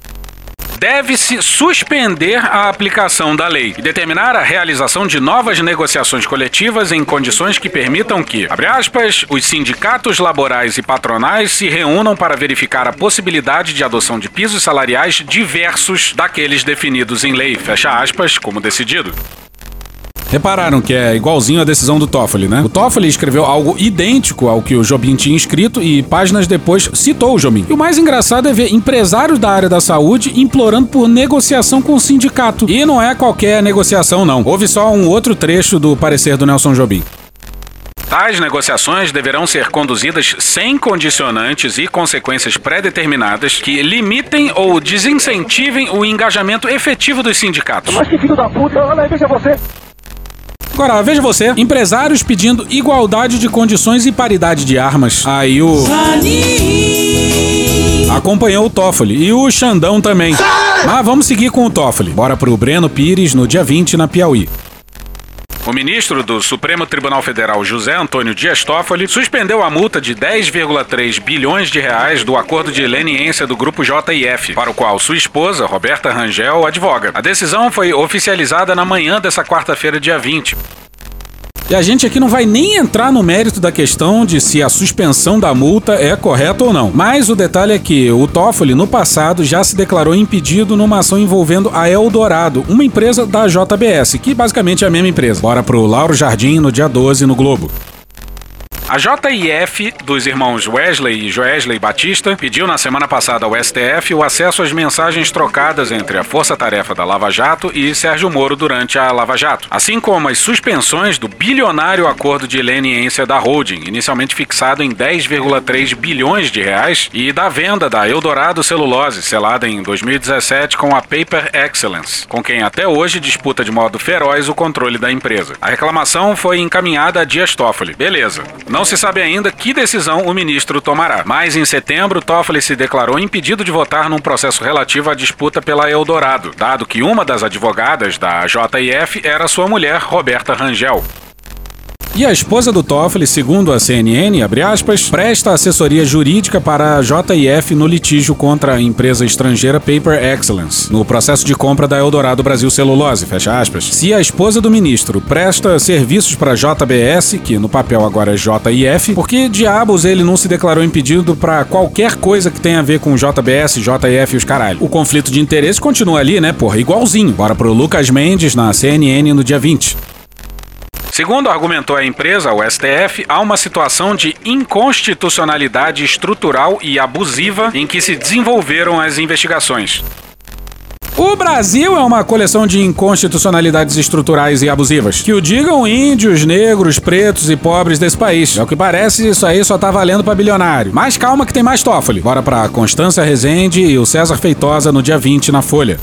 Deve-se suspender a aplicação da lei e determinar a realização de novas negociações coletivas em condições que permitam que, abre aspas, os sindicatos laborais e patronais se reúnam para verificar a possibilidade de adoção de pisos salariais diversos daqueles definidos em lei, fecha aspas, como decidido. Repararam que é igualzinho a decisão do Toffoli, né? O Toffoli escreveu algo idêntico ao que o Jobim tinha escrito e páginas depois citou o Jobim. E o mais engraçado é ver empresários da área da saúde implorando por negociação com o sindicato. E não é qualquer negociação, não. Houve só um outro trecho do parecer do Nelson Jobim. Tais negociações deverão ser conduzidas sem condicionantes e consequências pré-determinadas que limitem ou desincentivem o engajamento efetivo dos sindicatos. Mas que filho da puta, olha aí, veja você. Agora, veja você, empresários pedindo igualdade de condições e paridade de armas. Aí o... acompanhou o Toffoli e o Xandão também. Mas vamos seguir com o Toffoli. Bora pro Breno Pires no dia vinte na Piauí. O ministro do Supremo Tribunal Federal, José Antônio Dias Toffoli, suspendeu a multa de dez vírgula três bilhões de reais do acordo de leniência do Grupo J I F, para o qual sua esposa, Roberta Rangel, advoga. A decisão foi oficializada na manhã dessa quarta-feira, dia vinte. E a gente aqui não vai nem entrar no mérito da questão de se a suspensão da multa é correta ou não. Mas o detalhe é que o Toffoli, no passado, já se declarou impedido numa ação envolvendo a Eldorado, uma empresa da J B S, que basicamente é a mesma empresa. Bora pro Lauro Jardim no dia doze no Globo. A J I F dos irmãos Wesley e Joesley Batista pediu na semana passada ao S T F o acesso às mensagens trocadas entre a Força-Tarefa da Lava Jato e Sérgio Moro durante a Lava Jato, assim como as suspensões do bilionário acordo de leniência da holding, inicialmente fixado em dez vírgula três bilhões de reais, e da venda da Eldorado Celulose, selada em dois mil e dezessete com a Paper Excellence, com quem até hoje disputa de modo feroz o controle da empresa. A reclamação foi encaminhada a Dias Toffoli. Beleza. Não se sabe ainda que decisão o ministro tomará. Mas em setembro, Toffoli se declarou impedido de votar num processo relativo à disputa pela Eldorado, dado que uma das advogadas da J I F era sua mulher, Roberta Rangel. E a esposa do Toffoli, segundo a C N N, abre aspas, presta assessoria jurídica para a J I F no litígio contra a empresa estrangeira Paper Excellence, no processo de compra da Eldorado Brasil Celulose, fecha aspas. Se a esposa do ministro presta serviços para a J B S, que no papel agora é J I F, por que diabos ele não se declarou impedido para qualquer coisa que tenha a ver com J B S, J I F e os caralho? O conflito de interesse continua ali, né, porra, igualzinho. Bora pro Lucas Mendes na C N N no dia vinte. Segundo argumentou a empresa, o S T F, há uma situação de inconstitucionalidade estrutural e abusiva em que se desenvolveram as investigações. O Brasil é uma coleção de inconstitucionalidades estruturais e abusivas. Que o digam índios, negros, pretos e pobres desse país. É o que parece, isso aí só tá valendo pra bilionário. Mas calma que tem mais Toffoli. Bora pra Constância Rezende e o César Feitosa no dia vinte na Folha.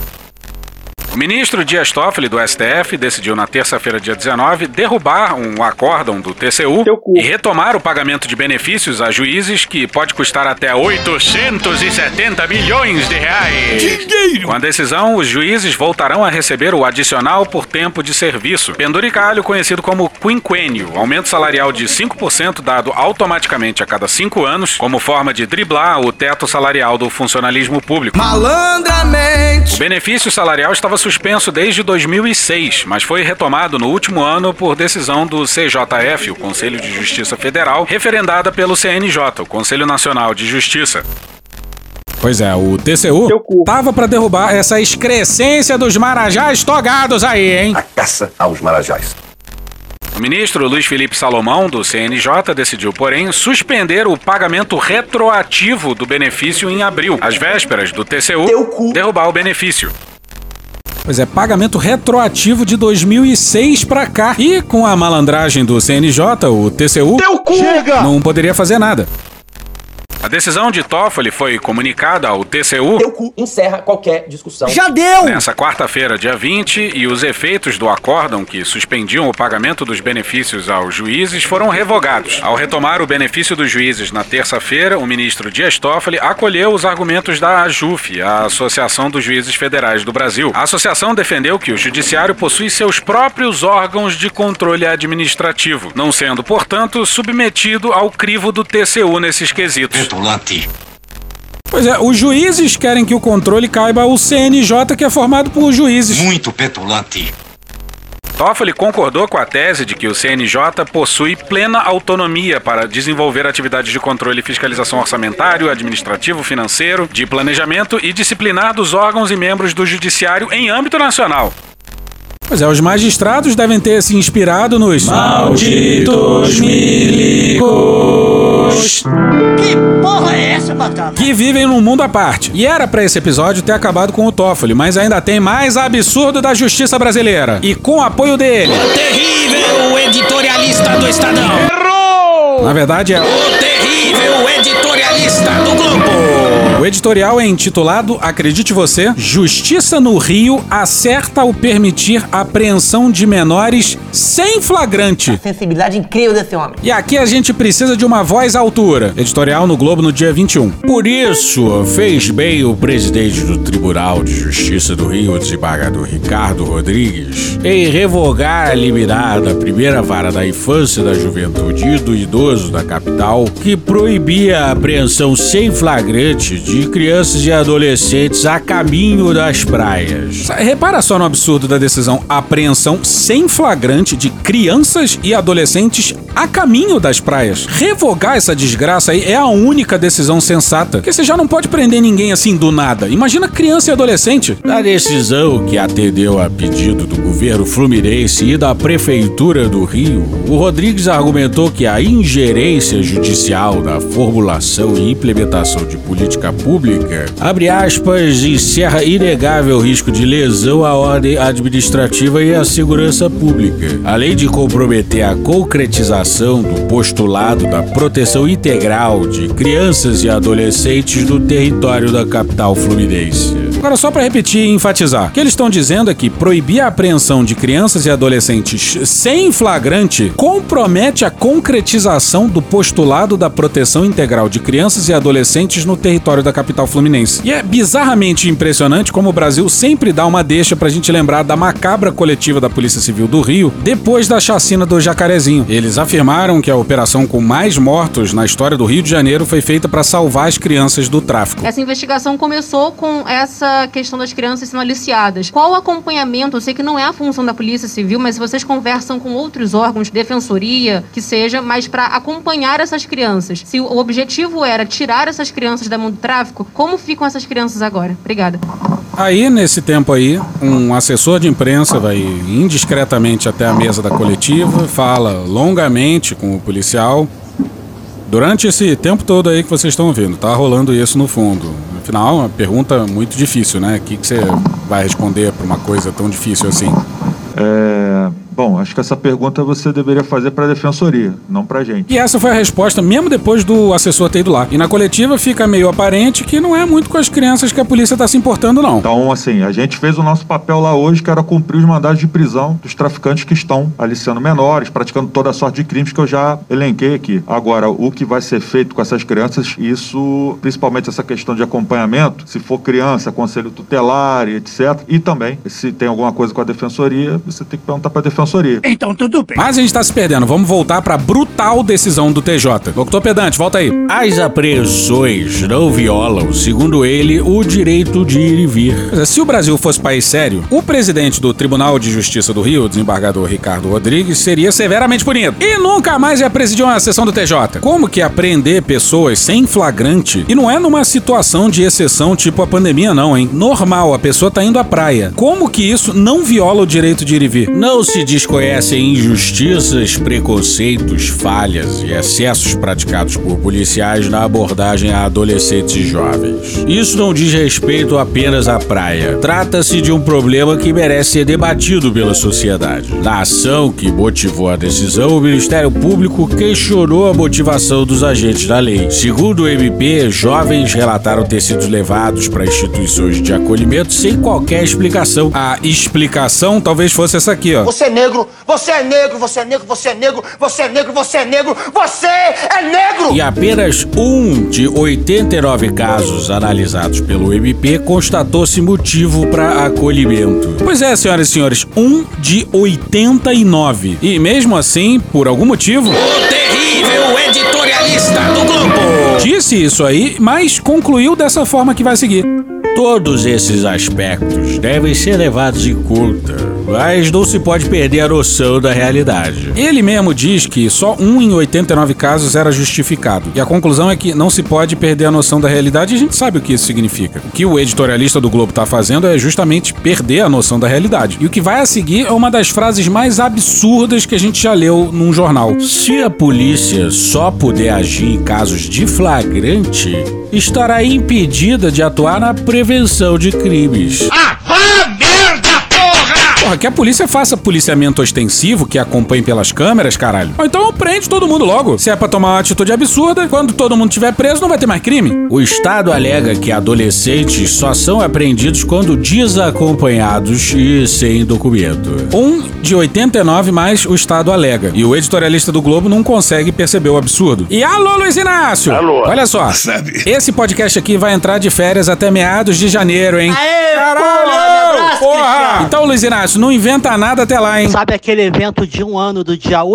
O ministro Dias Toffoli, do S T F, decidiu na terça-feira, dia dezenove, derrubar um acórdão do T C U e retomar o pagamento de benefícios a juízes que pode custar até oitocentos e setenta milhões de reais. Dinheiro! Com a decisão, os juízes voltarão a receber o adicional por tempo de serviço, penduricalho conhecido como quinquênio, aumento salarial de cinco por cento dado automaticamente a cada cinco anos, como forma de driblar o teto salarial do funcionalismo público. Malandramente! O benefício salarial estava suspenso desde dois mil e seis, mas foi retomado no último ano por decisão do C J F, o Conselho de Justiça Federal, referendada pelo C N J, o Conselho Nacional de Justiça. Pois é, o T C U tava pra derrubar essa excrescência dos marajás togados aí, hein? A caça aos marajás. O ministro Luiz Felipe Salomão, do C N J, decidiu, porém, suspender o pagamento retroativo do benefício em abril, às vésperas do T C U derrubar o benefício. Pois é, pagamento retroativo de dois mil e seis pra cá. E com a malandragem do C N J, o T C U não poderia fazer nada. A decisão de Toffoli foi comunicada ao T C U. Teu cu encerra qualquer discussão. Já deu! Nessa quarta-feira, dia vinte, e os efeitos do acórdão que suspendiam o pagamento dos benefícios aos juízes foram revogados. Ao retomar o benefício dos juízes na terça-feira, o ministro Dias Toffoli acolheu os argumentos da AJUF, a Associação dos Juízes Federais do Brasil. A associação defendeu que o judiciário possui seus próprios órgãos de controle administrativo, não sendo, portanto, submetido ao crivo do T C U nesses quesitos. Petulante. Pois é, os juízes querem que o controle caiba ao C N J, que é formado por juízes. Muito petulante. Toffoli concordou com a tese de que o C N J possui plena autonomia para desenvolver atividades de controle e fiscalização orçamentário, administrativo, financeiro, de planejamento e disciplinar dos órgãos e membros do judiciário em âmbito nacional. Pois é, os magistrados devem ter se inspirado nos malditos milicos. Que porra é essa, Batata? Que vivem num mundo à parte. E era pra esse episódio ter acabado com o Toffoli, mas ainda tem mais absurdo da justiça brasileira. E com o apoio dele. O terrível editorialista do Estadão. Errou! Na verdade é... O terrível editorialista do Globo. O editorial é intitulado, acredite você, Justiça no Rio acerta ao permitir apreensão de menores sem flagrante. A sensibilidade incrível desse homem. E aqui a gente precisa de uma voz à altura. Editorial no Globo no dia vinte e um. Por isso, fez bem o presidente do Tribunal de Justiça do Rio, desembargador Ricardo Rodrigues, em revogar a liminar da primeira vara da infância, da juventude e do idoso da capital, que proibia a apreensão sem flagrante de de crianças e adolescentes a caminho das praias. Repara só no absurdo da decisão: apreensão sem flagrante de crianças e adolescentes a caminho das praias. Revogar essa desgraça aí é a única decisão sensata, porque você já não pode prender ninguém assim do nada. Imagina criança e adolescente. A decisão, que atendeu a pedido do governo fluminense e da prefeitura do Rio, o Rodrigues argumentou que a ingerência judicial na formulação e implementação de política pública, abre aspas, encerra inegável risco de lesão à ordem administrativa e à segurança pública, além de comprometer a concretização do postulado da proteção integral de crianças e adolescentes no território da capital fluminense. Agora, só para repetir e enfatizar, o que eles estão dizendo é que proibir a apreensão de crianças e adolescentes sem flagrante compromete a concretização do postulado da proteção integral de crianças e adolescentes no território da capital fluminense. E é bizarramente impressionante como o Brasil sempre dá uma deixa pra gente lembrar da macabra coletiva da Polícia Civil do Rio depois da chacina do Jacarezinho. Eles afirmaram que a operação com mais mortos na história do Rio de Janeiro foi feita para salvar as crianças do tráfico. Essa investigação começou com essa questão das crianças sendo aliciadas. Qual o acompanhamento? Eu sei que não é a função da Polícia Civil, mas vocês conversam com outros órgãos, defensoria, que seja, mas para acompanhar essas crianças. Se o objetivo era tirar essas crianças da mão do tráfico, como ficam essas crianças agora? Obrigada. Aí, nesse tempo aí, um assessor de imprensa vai indiscretamente até a mesa da coletiva, fala longamente com o policial. Durante esse tempo todo aí que vocês estão ouvindo, tá rolando isso no fundo. Afinal, uma pergunta muito difícil, né? O que, que você vai responder para uma coisa tão difícil assim? É... Bom, acho que essa pergunta você deveria fazer para a defensoria, não para a gente. E essa foi a resposta, mesmo depois do assessor ter ido lá. E na coletiva fica meio aparente que não é muito com as crianças que a polícia está se importando, não. Então, assim, a gente fez o nosso papel lá hoje, que era cumprir os mandados de prisão dos traficantes que estão aliciando menores, praticando toda a sorte de crimes que eu já elenquei aqui. Agora, o que vai ser feito com essas crianças, isso, principalmente essa questão de acompanhamento, se for criança, conselho tutelar e etcétera. E também, se tem alguma coisa com a defensoria, você tem que perguntar para a defensoria. Então tudo bem. Mas a gente tá se perdendo. Vamos voltar pra brutal decisão do T J. Doutor Pedante, volta aí. As apreensões não violam, segundo ele, o direito de ir e vir. Se o Brasil fosse país sério, o presidente do Tribunal de Justiça do Rio, o desembargador Ricardo Rodrigues, seria severamente punido. E nunca mais ia presidir uma sessão do T J. Como que apreender pessoas sem flagrante? E não é numa situação de exceção tipo a pandemia, não, hein? Normal, a pessoa tá indo à praia. Como que isso não viola o direito de ir e vir? Não se diz desconhecem injustiças, preconceitos, falhas e excessos praticados por policiais na abordagem a adolescentes e jovens. Isso não diz respeito apenas à praia. Trata-se de um problema que merece ser debatido pela sociedade. Na ação que motivou a decisão, o Ministério Público questionou a motivação dos agentes da lei. Segundo o M P, jovens relataram ter sido levados para instituições de acolhimento sem qualquer explicação. A explicação talvez fosse essa aqui, ó. Você é negro, você é negro, você é negro, você é negro, você é negro, você é negro, você é negro! E apenas um de oitenta e nove casos analisados pelo M P constatou-se motivo para acolhimento. Pois é, senhoras e senhores, um de oitenta e nove. E mesmo assim, por algum motivo... O terrível editorialista do Globo! Disse isso aí, mas concluiu dessa forma que vai seguir. Todos esses aspectos devem ser levados em conta, mas não se pode perder a noção da realidade. Ele mesmo diz que só um em oitenta e nove casos era justificado. E a conclusão é que não se pode perder a noção da realidade e a gente sabe o que isso significa. O que o editorialista do Globo está fazendo é justamente perder a noção da realidade. E o que vai a seguir é uma das frases mais absurdas que a gente já leu num jornal. Se a polícia só puder agir em casos de flagrante, estará impedida de atuar na prevenção de crimes. Ah, vá merda, porra! Porra, que a polícia faça policiamento ostensivo, que acompanhe pelas câmeras, caralho. Ou então prende todo mundo logo. Se é pra tomar uma atitude absurda, quando todo mundo estiver preso, não vai ter mais crime. O Estado alega que adolescentes só são apreendidos quando desacompanhados e sem documento. Um de oitenta e nove mais o Estado alega. E o editorialista do Globo não consegue perceber o absurdo. E alô, Luiz Inácio! Alô! Olha só, Sabe? Esse podcast aqui vai entrar de férias até meados de janeiro, hein? Aê, Caralho! porra! Porra! Então, Luiz Inácio, não inventa nada até lá, hein? Sabe aquele evento de um ano do dia oito?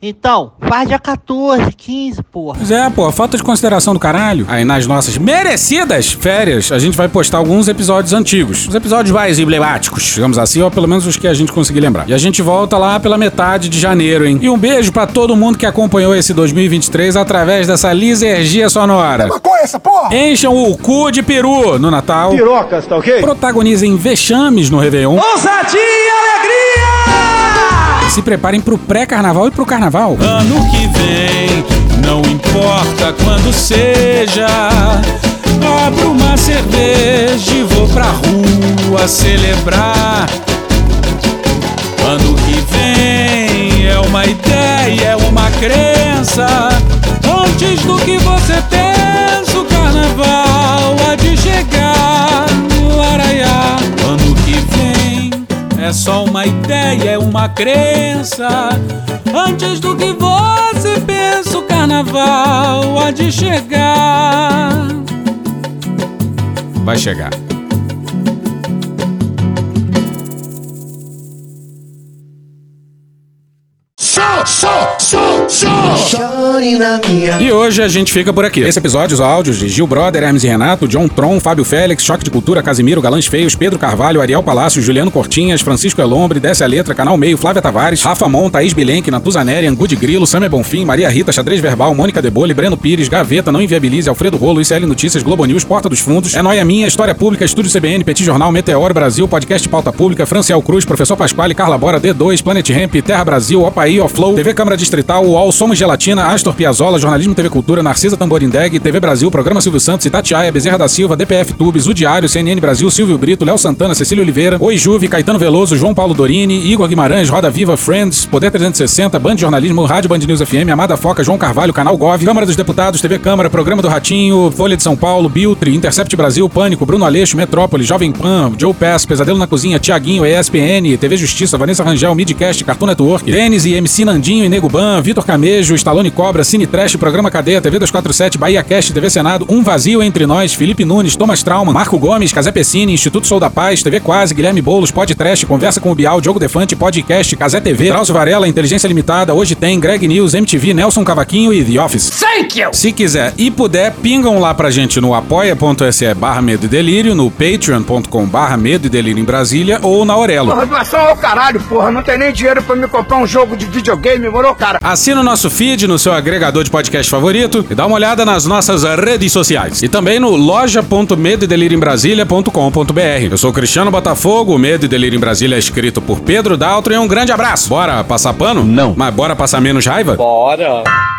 Então, faz dia quatorze, quinze, porra. Pois é, pô, falta de consideração do caralho. Aí nas nossas merecidas férias, a gente vai postar alguns episódios antigos. Os episódios mais emblemáticos, digamos assim, ou pelo menos os que a gente conseguir lembrar. E a gente volta lá pela metade de janeiro, hein? E um beijo pra todo mundo que acompanhou esse dois mil e vinte e três através dessa lisergia sonora. Maconha essa porra! Encham o cu de peru no Natal. Pirocas, tá ok? Protagonizem vexames no Réveillon. Ousadia e alegria! Se preparem pro pré-carnaval e pro carnaval. Ano que vem, não importa quando seja, abro uma cerveja e vou pra rua celebrar. Ano que vem é uma ideia, é uma crença. Antes do que você pensa, o carnaval há de chegar. Laraiá. Ano que vem é só uma ideia, é uma crença. Antes do que você pensa, o carnaval há de chegar. Vai chegar. E hoje a gente fica por aqui. Esse episódio, os áudios de Gil Brother, Hermes e Renato, John Tron, Fábio Félix, Choque de Cultura, Casimiro, Galãs Feios, Pedro Carvalho, Ariel Palácio, Juliano Cortinhas, Francisco Elombre, Desce a Letra, Canal Meio, Flávia Tavares, Rafa Mon, Thaís Bilenque, Natuzaneri, Angu de Grilo, Samia Bonfim, Maria Rita, Xadrez Verbal, Mônica Debole, Breno Pires, Gaveta, Não Inviabilize, Alfredo Rolo, I C L Notícias, Globo News, Porta dos Fundos, É Noia Minha, História Pública, Estúdio C B N, Petit Jornal, Meteoro Brasil, Podcast Pauta Pública, Franciel Cruz, Professor Pasquale, Carla Bora, D dois, Planet Ramp, Terra Brasil, Opaí, Oflow, T V Câmara Distrital, U O L, Somos Gelatina, Astor Piazzolla, Jornalismo T V Cultura, Narcisa Tamborindeg, T V Brasil, Programa Silvio Santos, Itatiaia, Bezerra da Silva, D P F Tubes, O Diário, C N N Brasil, Silvio Brito, Léo Santana, Cecília Oliveira, Oi Juve, Caetano Veloso, João Paulo Dorini, Igor Guimarães, Roda Viva, Friends, Poder trezentos e sessenta, Band Jornalismo, Rádio Band News F M, Amada Foca, João Carvalho, Canal Gov, Câmara dos Deputados, T V Câmara, Programa do Ratinho, Folha de São Paulo, Biltre, Intercept Brasil, Pânico, Bruno Aleixo, Metrópole, Jovem Pan, Joe Pass, Pesadelo na Cozinha, Tiaguinho, E S P N, T V Justiça, Vanessa Rangel, Midcast, Cartoon Network, Denis e M C Nandinho e Nego Ban, Vitor Camejo, Stallone Cobra, Cine Trash, Programa Cadeia, T V duzentos e quarenta e sete, Bahia Cast, T V Senado, Um Vazio Entre Nós, Felipe Nunes, Thomas Trauma, Marco Gomes, Casé Pessini, Instituto Sou da Paz, T V Quase, Guilherme Boulos, Pod Trash, Conversa com o Bial, Diogo Defante, Podcast, Casé T V, Drauzio Varela, Inteligência Limitada, Hoje Tem, Greg News, M T V, Nelson Cavaquinho e The Office. Thank you! Se quiser e puder, pingam lá pra gente no apoia.se barra Medo e Delírio, no patreon.com barra Medo e Delírio em Brasília ou na Aurelo. Porra, doação ao caralho, porra. Não tem nem dinheiro pra me comprar um jogo de videogame, moro, cara? Assina o nosso feed no seu agregador de podcast favorito e dá uma olhada nas nossas redes sociais. E também no loja ponto medo e delírio em brasília ponto com ponto b r. Eu sou o Cristiano Botafogo, o Medo e Delírio em Brasília é escrito por Pedro Daltro e um grande abraço. Bora passar pano? Não. Mas bora passar menos raiva? Bora.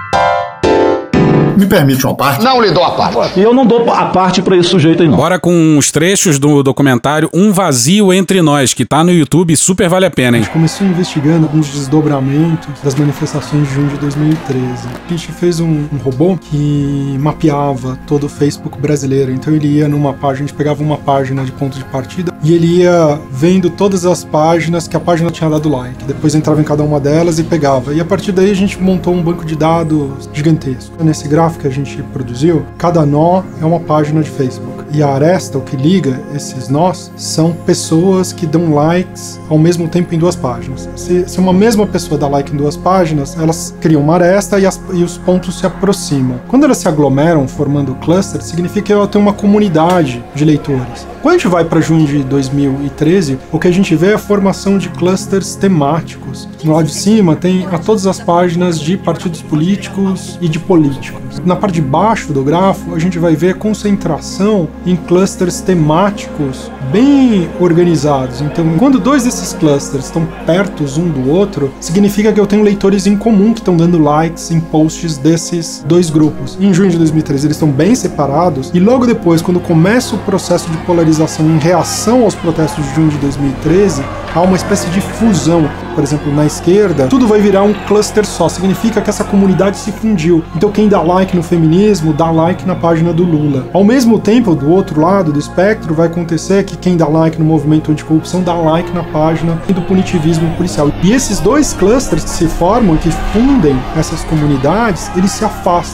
Me permite uma parte? Não lhe dou a parte. E eu não dou a parte pra esse sujeito aí, não. Bora com os trechos do documentário Um Vazio Entre Nós, que tá no YouTube, super vale a pena, hein? A gente começou investigando alguns desdobramentos das manifestações de junho de dois mil e treze. A gente fez um, um robô que mapeava todo o Facebook brasileiro. Então ele ia numa página, a gente pegava uma página de ponto de partida e ele ia vendo todas as páginas que a página tinha dado like. Depois entrava em cada uma delas e pegava. E a partir daí a gente montou um banco de dados gigantesco. Nesse gráfico que a gente produziu, cada nó é uma página de Facebook. E a aresta, o que liga esses nós, são pessoas que dão likes ao mesmo tempo em duas páginas. Se, se uma mesma pessoa dá like em duas páginas, elas criam uma aresta e, as, e os pontos se aproximam. Quando elas se aglomeram formando cluster, significa que ela tem uma comunidade de leitores. Quando a gente vai para junho de dois mil e treze, o que a gente vê é a formação de clusters temáticos. No lado de cima tem a todas as páginas de partidos políticos e de políticos. Na parte de baixo do grafo, a gente vai ver a concentração em clusters temáticos bem organizados. Então, quando dois desses clusters estão perto um do outro, significa que eu tenho leitores em comum que estão dando likes em posts desses dois grupos. Em junho de dois mil e treze, eles estão bem separados, e logo depois, quando começa o processo de polarização em reação aos protestos de junho de dois mil e treze, há uma espécie de fusão. Por exemplo, na esquerda, tudo vai virar um cluster só. Significa que essa comunidade se fundiu. Então quem dá like no feminismo, dá like na página do Lula. Ao mesmo tempo, do outro lado do espectro, vai acontecer que quem dá like no movimento anticorrupção dá like na página do punitivismo policial. E esses dois clusters que se formam, que fundem essas comunidades, eles se afastam.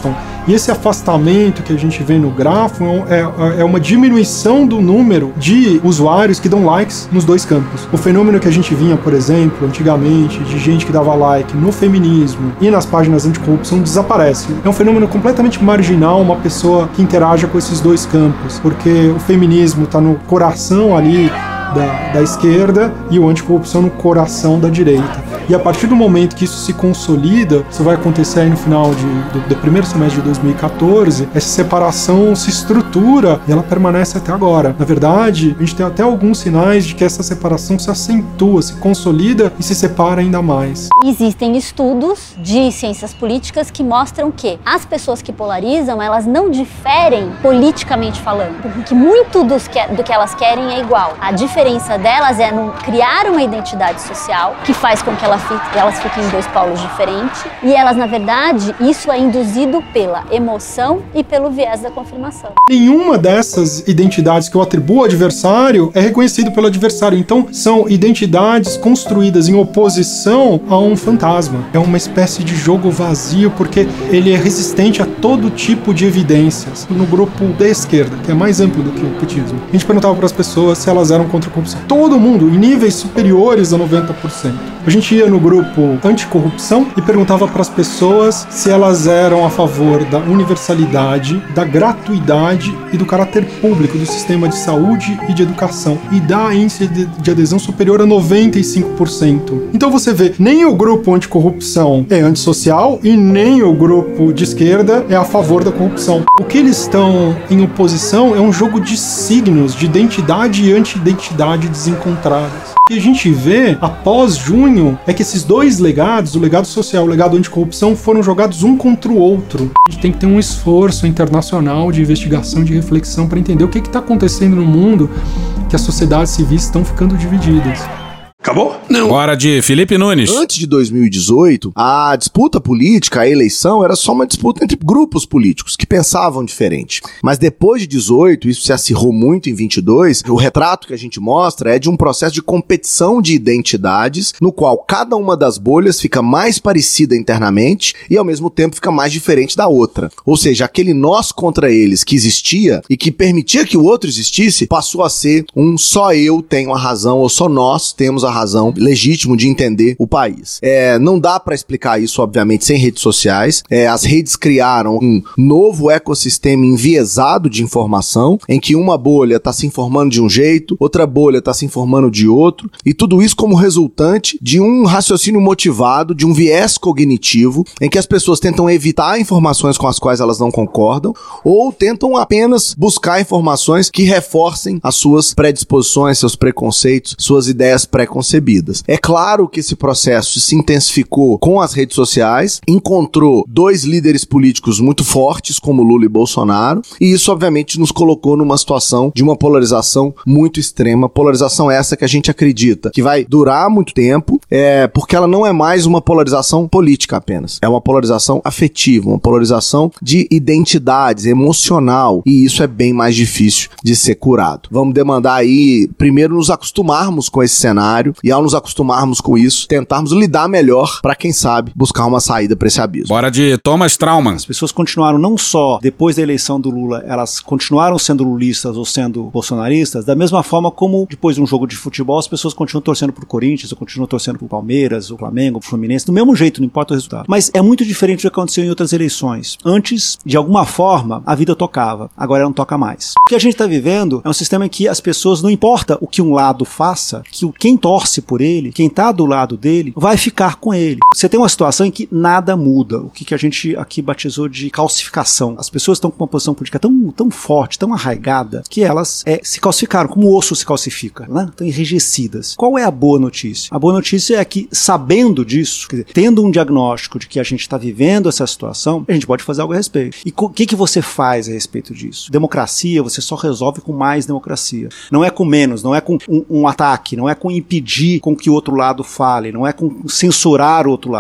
E esse afastamento que a gente vê no grafo é, é uma diminuição do número de usuários que dão likes nos dois campos. O fenômeno que a gente vinha, por exemplo, antigamente, de gente que dava like no feminismo e nas páginas anticorrupção desaparece. É um fenômeno completamente marginal uma pessoa que interaja com esses dois campos, porque o feminismo está no coração ali Da, da esquerda e o anticorrupção no coração da direita. E a partir do momento que isso se consolida, isso vai acontecer aí no final de, do, do primeiro semestre de dois mil e catorze, essa separação se estrutura e ela permanece até agora. Na verdade, a gente tem até alguns sinais de que essa separação se acentua, se consolida e se separa ainda mais. Existem estudos de ciências políticas que mostram que as pessoas que polarizam, elas não diferem politicamente falando, porque muito dos que, do que elas querem é igual. A diferença A diferença delas é no criar uma identidade social que faz com que ela fique, elas fiquem em dois polos diferentes, e elas, na verdade, isso é induzido pela emoção e pelo viés da confirmação. Nenhuma dessas identidades que eu atribuo ao adversário é reconhecido pelo adversário, então são identidades construídas em oposição a um fantasma. É uma espécie de jogo vazio porque ele é resistente a todo tipo de evidências. No grupo da esquerda, que é mais amplo do que o petismo, a gente perguntava para as pessoas se elas eram contra corrupção. Todo mundo, em níveis superiores a noventa por cento. A gente ia no grupo anticorrupção e perguntava para as pessoas se elas eram a favor da universalidade, da gratuidade e do caráter público do sistema de saúde e de educação. E dá índice de, de adesão superior a noventa e cinco por cento. Então você vê, nem o grupo anticorrupção é antissocial e nem o grupo de esquerda é a favor da corrupção. O que eles estão em oposição é um jogo de signos, de identidade e anti-identidade desencontradas. O que a gente vê após junho é que esses dois legados, o legado social e o legado anticorrupção, foram jogados um contra o outro. A gente tem que ter um esforço internacional de investigação, de reflexão para entender o que está acontecendo no mundo, que as sociedades civis estão ficando divididas. Acabou? Não. Hora de Felipe Nunes. Antes de dois mil e dezoito, a disputa política, a eleição, era só uma disputa entre grupos políticos que pensavam diferente. Mas depois de dezoito, isso se acirrou muito em vinte e dois, o retrato que a gente mostra é de um processo de competição de identidades, no qual cada uma das bolhas fica mais parecida internamente e ao mesmo tempo fica mais diferente da outra. Ou seja, aquele nós contra eles que existia e que permitia que o outro existisse, passou a ser um só eu tenho a razão, ou só nós temos a razão legítimo de entender o país. É, não dá para explicar isso, obviamente, sem redes sociais. É, as redes criaram um novo ecossistema enviesado de informação, em que uma bolha está se informando de um jeito, outra bolha está se informando de outro, e tudo isso como resultante de um raciocínio motivado, de um viés cognitivo, em que as pessoas tentam evitar informações com as quais elas não concordam, ou tentam apenas buscar informações que reforcem as suas predisposições, seus preconceitos, suas ideias preconcebidas. É claro que esse processo se intensificou com as redes sociais, encontrou dois líderes políticos muito fortes, como Lula e Bolsonaro, e isso obviamente nos colocou numa situação de uma polarização muito extrema, polarização essa que a gente acredita que vai durar muito tempo, é, porque ela não é mais uma polarização política apenas, é uma polarização afetiva, uma polarização de identidades, emocional, e isso é bem mais difícil de ser curado. Vamos demandar aí, primeiro, nos acostumarmos com esse cenário, e ao nos acostumarmos com isso, tentarmos lidar melhor para, quem sabe, buscar uma saída para esse abismo. Bora de Thomas Trauman. As pessoas continuaram não só depois da eleição do Lula, elas continuaram sendo lulistas ou sendo bolsonaristas, da mesma forma como depois de um jogo de futebol as pessoas continuam torcendo pro Corinthians, ou continuam torcendo pro Palmeiras, o Flamengo, o Fluminense, do mesmo jeito, não importa o resultado. Mas é muito diferente do que aconteceu em outras eleições. Antes, de alguma forma, a vida tocava, agora ela não toca mais. O que a gente tá vivendo é um sistema em que as pessoas, não importa o que um lado faça, que quem torce por ele, quem tá do lado dele, vai ficar com ele. Você tem uma situação em que nada muda, o que, que a gente aqui batizou de calcificação. As pessoas estão com uma posição política tão, tão forte, tão arraigada, que elas é, se calcificaram, como o osso se calcifica, né? Estão enrijecidas. Qual é a boa notícia? A boa notícia é que, sabendo disso, quer dizer, tendo um diagnóstico de que a gente está vivendo essa situação, a gente pode fazer algo a respeito. E o que, que você faz a respeito disso? Democracia, você só resolve com mais democracia. Não é com menos, não é com um, um ataque, não é com impedir com que o outro lado fale, não é com censurar o outro lado. Você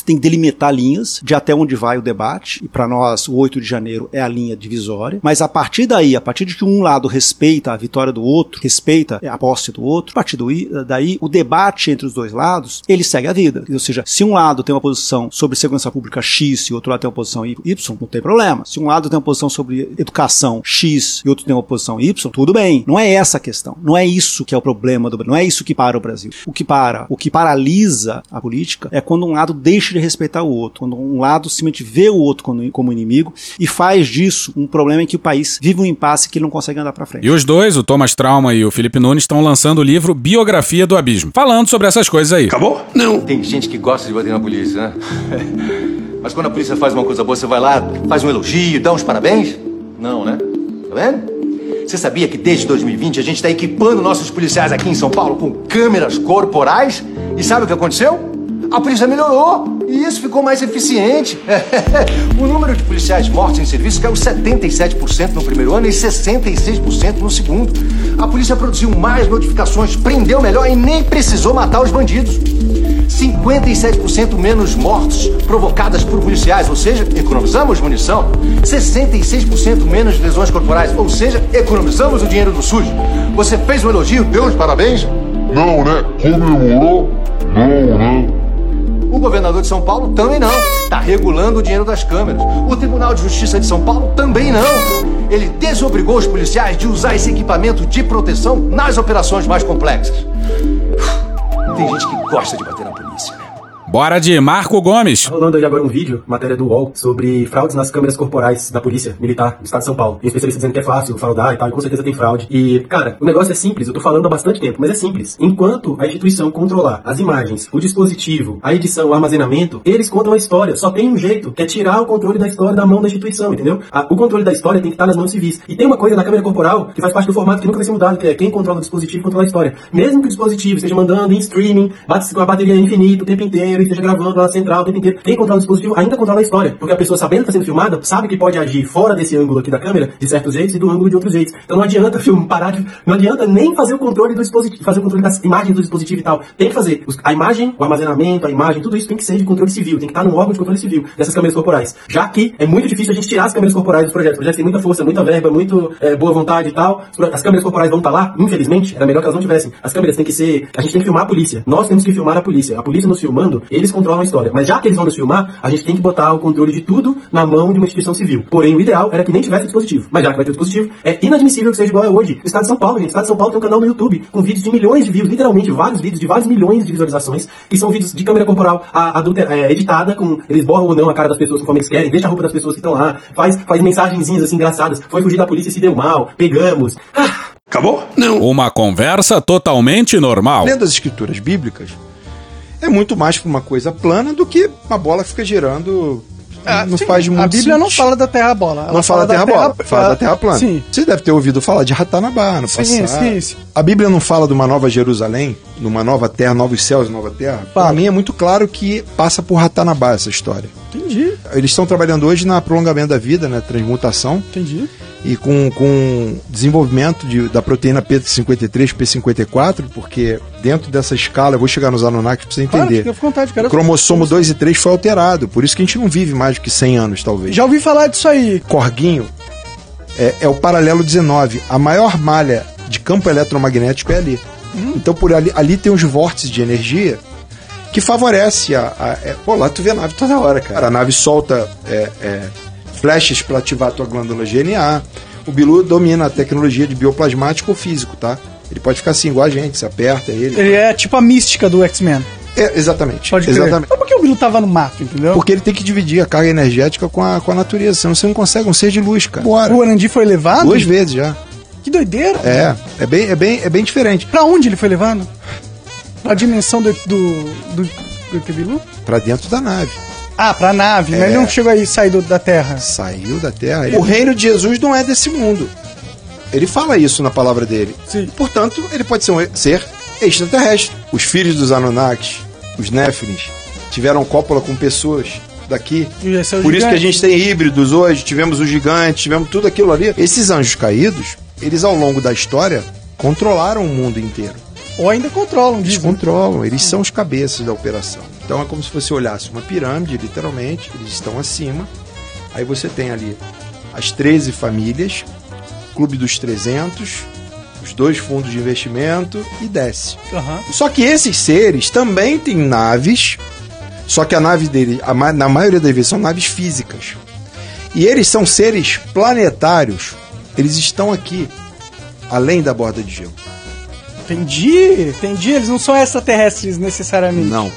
tem que delimitar linhas de até onde vai o debate, e para nós o oito de janeiro é a linha divisória, mas a partir daí, a partir de que um lado respeita a vitória do outro, respeita a posse do outro, a partir daí o debate entre os dois lados, ele segue a vida. Ou seja, se um lado tem uma posição sobre segurança pública X e o outro lado tem uma posição Y, não tem problema. Se um lado tem uma posição sobre educação X e outro tem uma posição Y, tudo bem. Não é essa a questão. Não é isso que é o problema do Brasil. Não é isso que para o Brasil. O que para, o que paralisa a política é quando um lado deixa de respeitar o outro, quando um lado simplesmente vê o outro como inimigo e faz disso um problema em que o país vive um impasse que ele não consegue andar pra frente. E os dois, o Thomas Trauma e o Felipe Nunes, estão lançando o livro Biografia do Abismo, falando sobre essas coisas aí. Acabou? Não. Tem gente que gosta de bater na polícia, né? Mas quando a polícia faz uma coisa boa, você vai lá, faz um elogio, dá uns parabéns? Não, né? Tá vendo? Você sabia que desde dois mil e vinte a gente está equipando nossos policiais aqui em São Paulo com câmeras corporais? E sabe o que aconteceu? A polícia melhorou e isso ficou mais eficiente. O número de policiais mortos em serviço caiu setenta e sete por cento no primeiro ano e sessenta e seis por cento no segundo. A polícia produziu mais notificações, prendeu melhor e nem precisou matar os bandidos. cinquenta e sete por cento menos mortes provocadas por policiais, ou seja, economizamos munição. sessenta e seis por cento menos lesões corporais, ou seja, economizamos o dinheiro do sujo. Você fez um elogio, deu os parabéns? Não, né? Comemorou? Não, né? O governador de São Paulo também não. Está regulando o dinheiro das câmeras. O Tribunal de Justiça de São Paulo também não. Ele desobrigou os policiais de usar esse equipamento de proteção nas operações mais complexas. Tem gente que gosta de bater na polícia, né? Bora de Marco Gomes. Tá rolando aí agora um vídeo, matéria do U O L, sobre fraudes nas câmeras corporais da polícia militar do estado de São Paulo. E especialista dizendo que é fácil fraudar e tal, e com certeza tem fraude. E, cara, o negócio é simples, eu tô falando há bastante tempo, mas é simples. Enquanto a instituição controlar as imagens, o dispositivo, a edição, o armazenamento, eles contam a história. Só tem um jeito, que é tirar o controle da história da mão da instituição, entendeu? A, o controle da história tem que estar nas mãos civis. E tem uma coisa na câmera corporal que faz parte do formato que nunca vai ser mudado, que é quem controla o dispositivo controla a história. Mesmo que o dispositivo esteja mandando em streaming, bate com a bateria infinita o tempo inteiro, e esteja gravando lá central o tempo inteiro. Quem controla o dispositivo ainda controla a história. Porque a pessoa, sabendo que está sendo filmada, sabe que pode agir fora desse ângulo aqui da câmera, de certos jeitos, e do ângulo de outros jeitos. Então não adianta filme parar de... Não adianta nem fazer o controle do dispositivo, fazer o controle das imagens do dispositivo e tal. Tem que fazer. A imagem, o armazenamento, a imagem, tudo isso tem que ser de controle civil. Tem que estar no órgão de controle civil dessas câmeras corporais. Já que é muito difícil a gente tirar as câmeras corporais dos projetos. Os projetos têm muita força, muita verba, muito é, boa vontade e tal. As câmeras corporais vão estar lá, infelizmente, era melhor que elas não tivessem. As câmeras têm que ser... A gente tem que filmar a polícia. Nós temos que filmar a polícia. A polícia nos filmando, eles controlam a história. Mas já que eles vão nos filmar, a gente tem que botar o controle de tudo na mão de uma instituição civil. Porém, o ideal era que nem tivesse dispositivo. Mas já que vai ter dispositivo, é inadmissível que seja igual é hoje. O Estado de São Paulo, gente. O Estado de São Paulo tem um canal no YouTube com vídeos de milhões de views, literalmente vários vídeos de vários milhões de visualizações, que são vídeos de câmera corporal adulter, é, editada, com eles borram ou não a cara das pessoas conforme eles querem, deixa a roupa das pessoas que estão lá, faz, faz mensagenzinhas assim engraçadas. Foi fugir da polícia e se deu mal, pegamos. Ah. Acabou? Não. Uma conversa totalmente normal. Lendo as escrituras bíblicas, é muito mais para uma coisa plana do que uma bola que fica girando. Ah, não sim, faz muito a Bíblia sentido. Não fala da terra bola. Não fala da terra bola, terra... fala da terra plana. Sim. Você deve ter ouvido falar de Ratanabá no sim, passado. Sim, sim. A Bíblia não fala de uma nova Jerusalém, numa nova terra, novos céus e nova terra. Para mim é muito claro que passa por Ratanabá essa história. Entendi. Eles estão trabalhando hoje na prolongamento da vida, né, transmutação. Entendi. E com, com desenvolvimento de, da proteína P cinquenta e três, P cinquenta e quatro, porque dentntro dessa escala, eu vou chegar nos Anunnaki pra você entender. Claro, fica à vontade, cara. O cromossomo dois e três foi alterado, por isso que a gente não vive mais do que cem anos, talvez. Já ouvi falar disso aí. Corguinho é, é o paralelo dezenove. A maior malha de campo eletromagnético é ali. Hum. Então, por ali, ali tem os vórtices de energia que favorece a... a é, pô, lá tu vê a nave toda hora, cara. A nave solta... É, é, flechas para ativar a tua glândula G N A. O Bilu domina a tecnologia de bioplasmático ou físico, tá? Ele pode ficar assim, igual a gente, você aperta ele. Ele é tipo a mística do X-Men. É, exatamente. Pode exatamente. Mas por que o Bilu tava no mato, entendeu? Porque ele tem que dividir a carga energética com a, com a natureza, senão você não consegue um ser de luz, cara. Bora. O Anandi foi levado? Duas vezes já. Que doideira. É, é bem, é bem, é bem diferente. Pra onde ele foi levado? Pra dimensão do, do, do, do Bilu? Pra dentro da nave. Ah, pra nave, é. Mas ele não chegou aí, saiu da Terra. Saiu da Terra. O reino de Jesus não é desse mundo. Ele fala isso na palavra dele. Sim. Portanto, ele pode ser um ser extraterrestre. Os filhos dos Anunnakis, os Néfilins, tiveram cópula com pessoas daqui. Por gigante. Isso que a gente tem híbridos hoje, tivemos os gigantes, tivemos tudo aquilo ali. Esses anjos caídos, eles ao longo da história, controlaram o mundo inteiro. Ou ainda controlam, Eles dizem. controlam, eles são os cabeças da operação. Então é como se você olhasse uma pirâmide, literalmente, eles estão acima. Aí você tem ali as treze famílias, Clube dos trezentos, os dois fundos de investimento e desce. Uhum. Só que esses seres também têm naves, só que a nave dele, a, na maioria das vezes, são naves físicas. E eles são seres planetários. Eles estão aqui, além da borda de gelo. Entendi, entendi. Eles não são extraterrestres necessariamente. Não.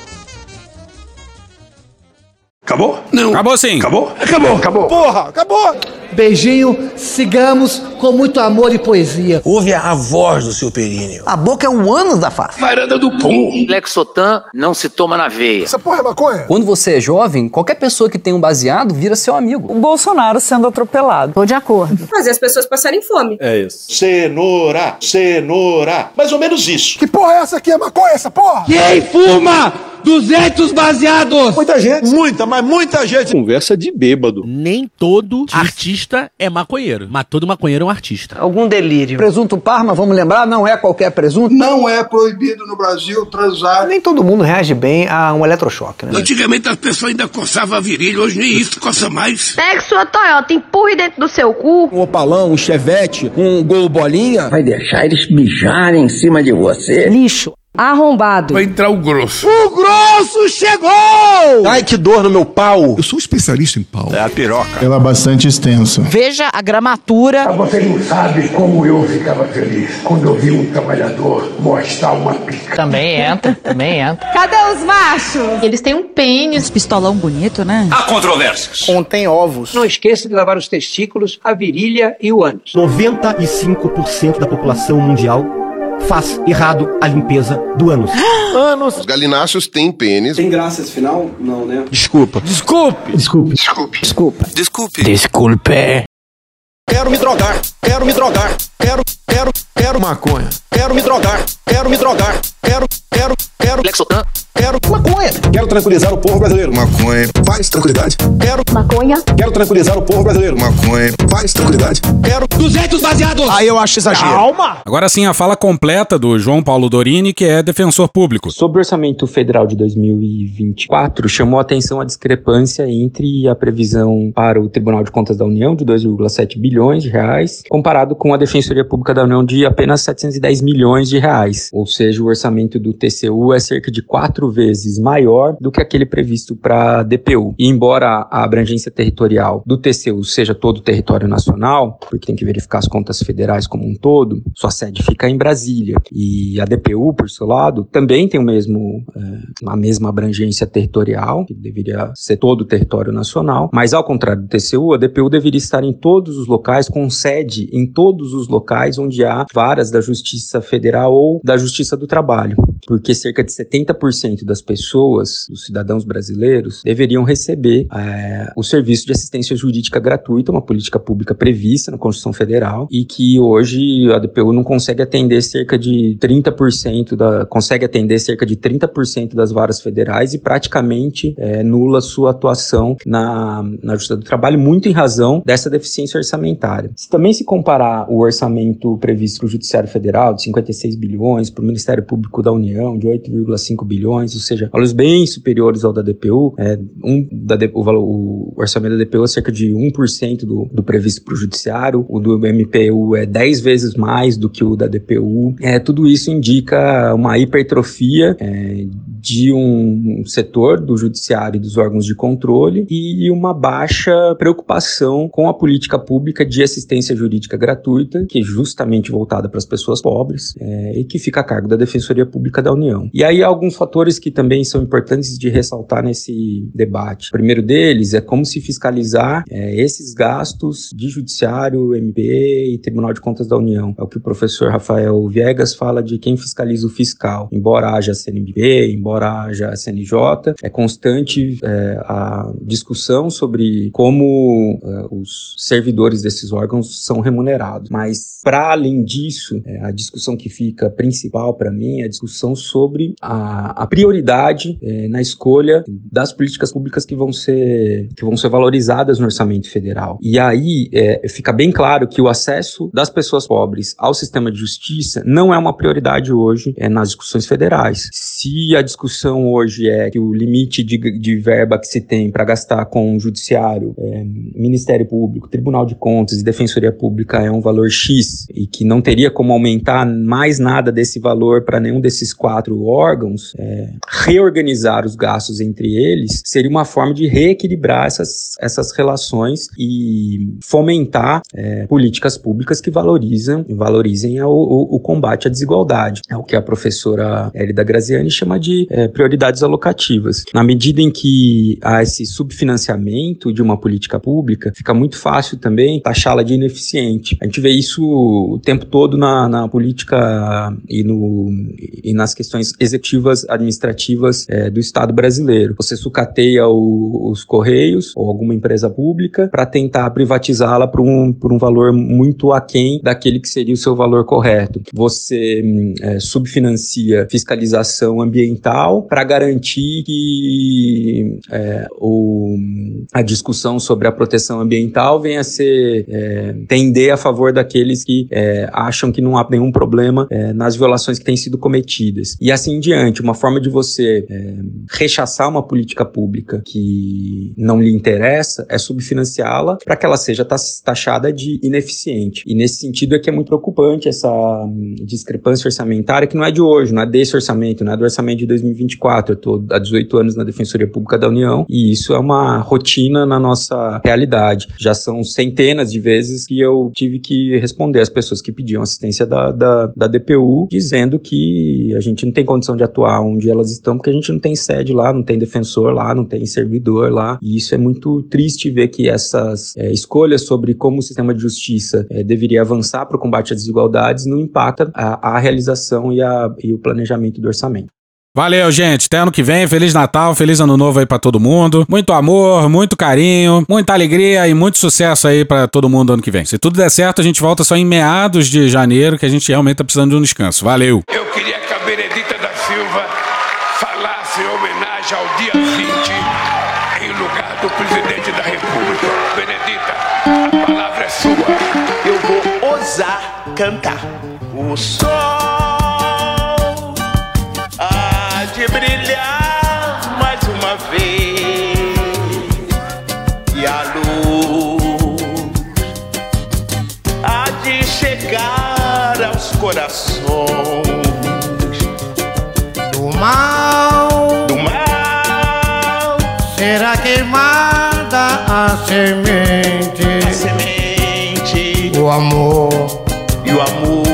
Acabou? Não. Acabou sim. Acabou? Acabou. Acabou. Porra, acabou. Beijinho, sigamos com muito amor e poesia. Ouve a voz do seu períneo. A boca é um ânus da face. Varanda do pum. Lexotan não se toma na veia. Essa porra é maconha? Quando você é jovem, qualquer pessoa que tem um baseado vira seu amigo. O Bolsonaro sendo atropelado. Tô de acordo. Fazer as pessoas passarem fome. É isso. Cenoura, cenoura. Mais ou menos isso. Que porra é essa aqui? É maconha essa porra? Quem fuma duzentos baseados? Muita gente. Muita, mas muita gente. Conversa de bêbado. Nem todo artista é maconheiro, mas todo maconheiro é um artista. Algum delírio. Presunto Parma, vamos lembrar, não é qualquer presunto. Não é proibido no Brasil transar. Nem todo mundo reage bem a um eletrochoque, né? Antigamente as pessoas ainda coçavam a virilha, hoje nem isso coça mais. Pegue sua Toyota, empurre dentro do seu cu. Um Opalão, um Chevette, um Gol Bolinha. Vai deixar eles mijarem em cima de você. Lixo. Arrombado. Vai entrar o grosso. O grosso chegou! Ai, que dor no meu pau. Eu sou especialista em pau. É a piroca. Ela é bastante extensa. Veja a gramatura. Você não sabe como eu ficava feliz quando eu vi um trabalhador mostrar uma pica. Também entra, também entra. Cadê os machos? Eles têm um pênis. Pistolão bonito, né? Há controvérsias. Contém ovos. Não esqueça de lavar os testículos, a virilha e o ânus. noventa e cinco por cento da população mundial faz errado a limpeza do ânus. Anos. Os galináceos têm pênis. Tem graça esse final? Não, né? Desculpa. Desculpe. Desculpe. Desculpe. Desculpa. Desculpe. Desculpe. Quero me drogar. Quero me drogar. Quero, quero, quero maconha. Quero me drogar. Quero me drogar. Quero, quero, quero. Lexotan. Quero maconha. Quero tranquilizar o povo brasileiro. Maconha. Faz tranquilidade. Quero Maconha. Quero tranquilizar o povo brasileiro. Maconha. Faz tranquilidade. Quero duzentos baseados. Aí eu acho exagero. Calma. Agora sim, a fala completa do João Paulo Dorini, que é defensor público. Sobre o orçamento federal de dois mil e vinte e quatro, chamou a atenção a discrepância entre a previsão para o Tribunal de Contas da União de dois vírgula sete bilhões de reais, comparado com a Defensoria Pública da União de apenas setecentos e dez milhões de reais. Ou seja, o orçamento do T C U é cerca de quatro vezes maior do que aquele previsto para a D P U. E embora a abrangência territorial do T C U seja todo o território nacional, porque tem que verificar as contas federais como um todo, sua sede fica em Brasília. E a D P U, por seu lado, também tem o mesmo, é, a mesma abrangência territorial, que deveria ser todo o território nacional, mas ao contrário do T C U, a D P U deveria estar em todos os locais, com sede em todos os locais onde há varas da Justiça Federal ou da Justiça do Trabalho, porque cerca de setenta por cento das pessoas, os cidadãos brasileiros, deveriam receber é, o serviço de assistência jurídica gratuita, uma política pública prevista na Constituição Federal, e que hoje a D P U não consegue atender cerca de trinta por cento da, consegue atender cerca de trinta por cento das varas federais e praticamente é, nula sua atuação na, na Justiça do Trabalho, muito em razão dessa deficiência orçamentária. Se também se comparar o orçamento previsto para o Judiciário Federal, de cinquenta e seis bilhões, para o Ministério Público da União, de oito vírgula cinco bilhões, ou seja, valores bem superiores ao da D P U, é, um, da, o, valor, o orçamento da D P U é cerca de um por cento do, do previsto para o Judiciário, o do M P U é dez vezes mais do que o da D P U. É, tudo isso indica uma hipertrofia é, de um setor do Judiciário e dos órgãos de controle e uma baixa preocupação com a política pública de assistência jurídica gratuita, que é justamente voltada para as pessoas pobres é, e que fica a cargo da Defensoria Pública da União. E aí há alguns fatores que também são importantes de ressaltar nesse debate. O primeiro deles é como se fiscalizar é, esses gastos de Judiciário, M P e Tribunal de Contas da União. É o que o professor Rafael Viegas fala de quem fiscaliza o fiscal. Embora haja C N M P, embora haja C N J, é constante é, a discussão sobre como é, os servidores desses órgãos são remunerados. Mas, para além disso, é, a discussão que fica principal para mim é a discussão sobre a, a prioridade prioridade é, na escolha das políticas públicas que vão ser, que vão ser valorizadas no orçamento federal. E aí é, fica bem claro que o acesso das pessoas pobres ao sistema de justiça não é uma prioridade hoje é, nas discussões federais. Se a discussão hoje é que o limite de, de verba que se tem para gastar com o judiciário, é, Ministério Público, Tribunal de Contas e Defensoria Pública é um valor X e que não teria como aumentar mais nada desse valor para nenhum desses quatro órgãos, é, reorganizar os gastos entre eles seria uma forma de reequilibrar essas, essas relações e fomentar é, políticas públicas que valorizam, valorizem o, o, o combate à desigualdade. É o que a professora Elida Graziani chama de é, prioridades alocativas. Na medida em que há esse subfinanciamento de uma política pública, fica muito fácil também taxá-la de ineficiente. A gente vê isso o tempo todo na, na política e, no, e nas questões executivas administrativas é, do Estado brasileiro. Você sucateia o, os Correios ou alguma empresa pública para tentar privatizá-la por um, por um valor muito aquém daquele que seria o seu valor correto. Você é, subfinancia fiscalização ambiental para garantir que é, o, a discussão sobre a proteção ambiental venha a ser é, tender a favor daqueles que é, acham que não há nenhum problema é, nas violações que têm sido cometidas. E assim em diante, uma forma de você é, rechaçar uma política pública que não lhe interessa é subfinanciá-la para que ela seja taxada de ineficiente. E nesse sentido é que é muito preocupante essa discrepância orçamentária, que não é de hoje, não é desse orçamento, não é do orçamento de dois mil e vinte e quatro. Eu estou há dezoito anos na Defensoria Pública da União e isso é uma rotina na nossa realidade. Já são centenas de vezes que eu tive que responder às pessoas que pediam assistência da, da, da D P U, dizendo que a gente não tem condição de atuar onde elas estão, porque a gente não tem sede lá, não tem defensor lá, não tem servidor lá, e isso é muito triste ver que essas é, escolhas sobre como o sistema de justiça é, deveria avançar para o combate às desigualdades não impacta a, a realização e, a, e o planejamento do orçamento. Valeu, gente. Até ano que vem. Feliz Natal, feliz Ano Novo aí pra todo mundo. Muito amor, muito carinho, muita alegria e muito sucesso aí pra todo mundo ano que vem. Se tudo der certo, a gente volta só em meados de janeiro, que a gente realmente tá precisando de um descanso. Valeu. Eu queria que a Benedita da Silva falasse em homenagem ao dia vinte em lugar do presidente da República. Benedita, a palavra é sua. Eu vou ousar cantar. O sol há de brilhar mais uma vez e a luz há de chegar aos corações do mal, do mal será queimada a semente, a semente, o amor e o amor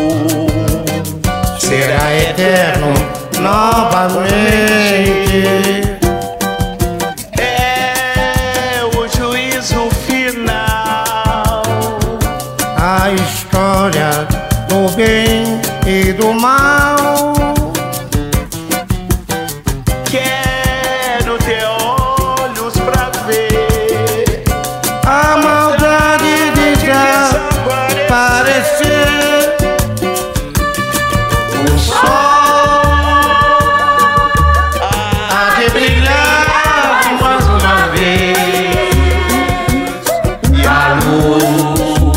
será eterno novamente. É o juízo final, a história do bem e do mal. Quero ter olhos pra ver a maldade desaparecer. O sol há de brilhar mais uma vez e a luz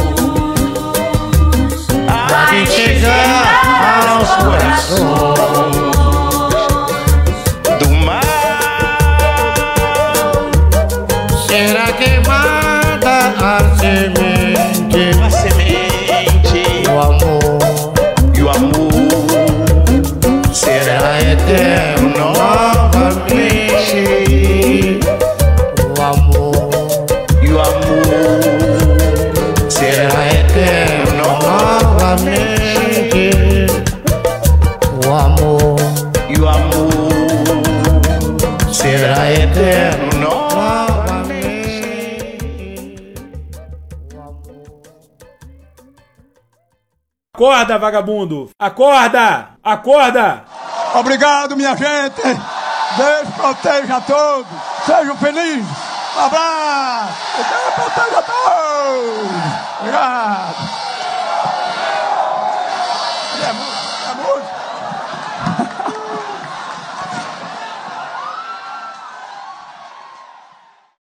há de chegar aos corações do mal. será queimada a semente, A semente o amor e o amor será eterno novamente. O amor e o amor será eterno novamente. O amor e o amor será eterno novamente. Acorda, vagabundo! Acorda! Acorda! Obrigado, minha gente. Deus proteja a todos. Sejam felizes. Um abraço. Deus proteja a todos. Obrigado.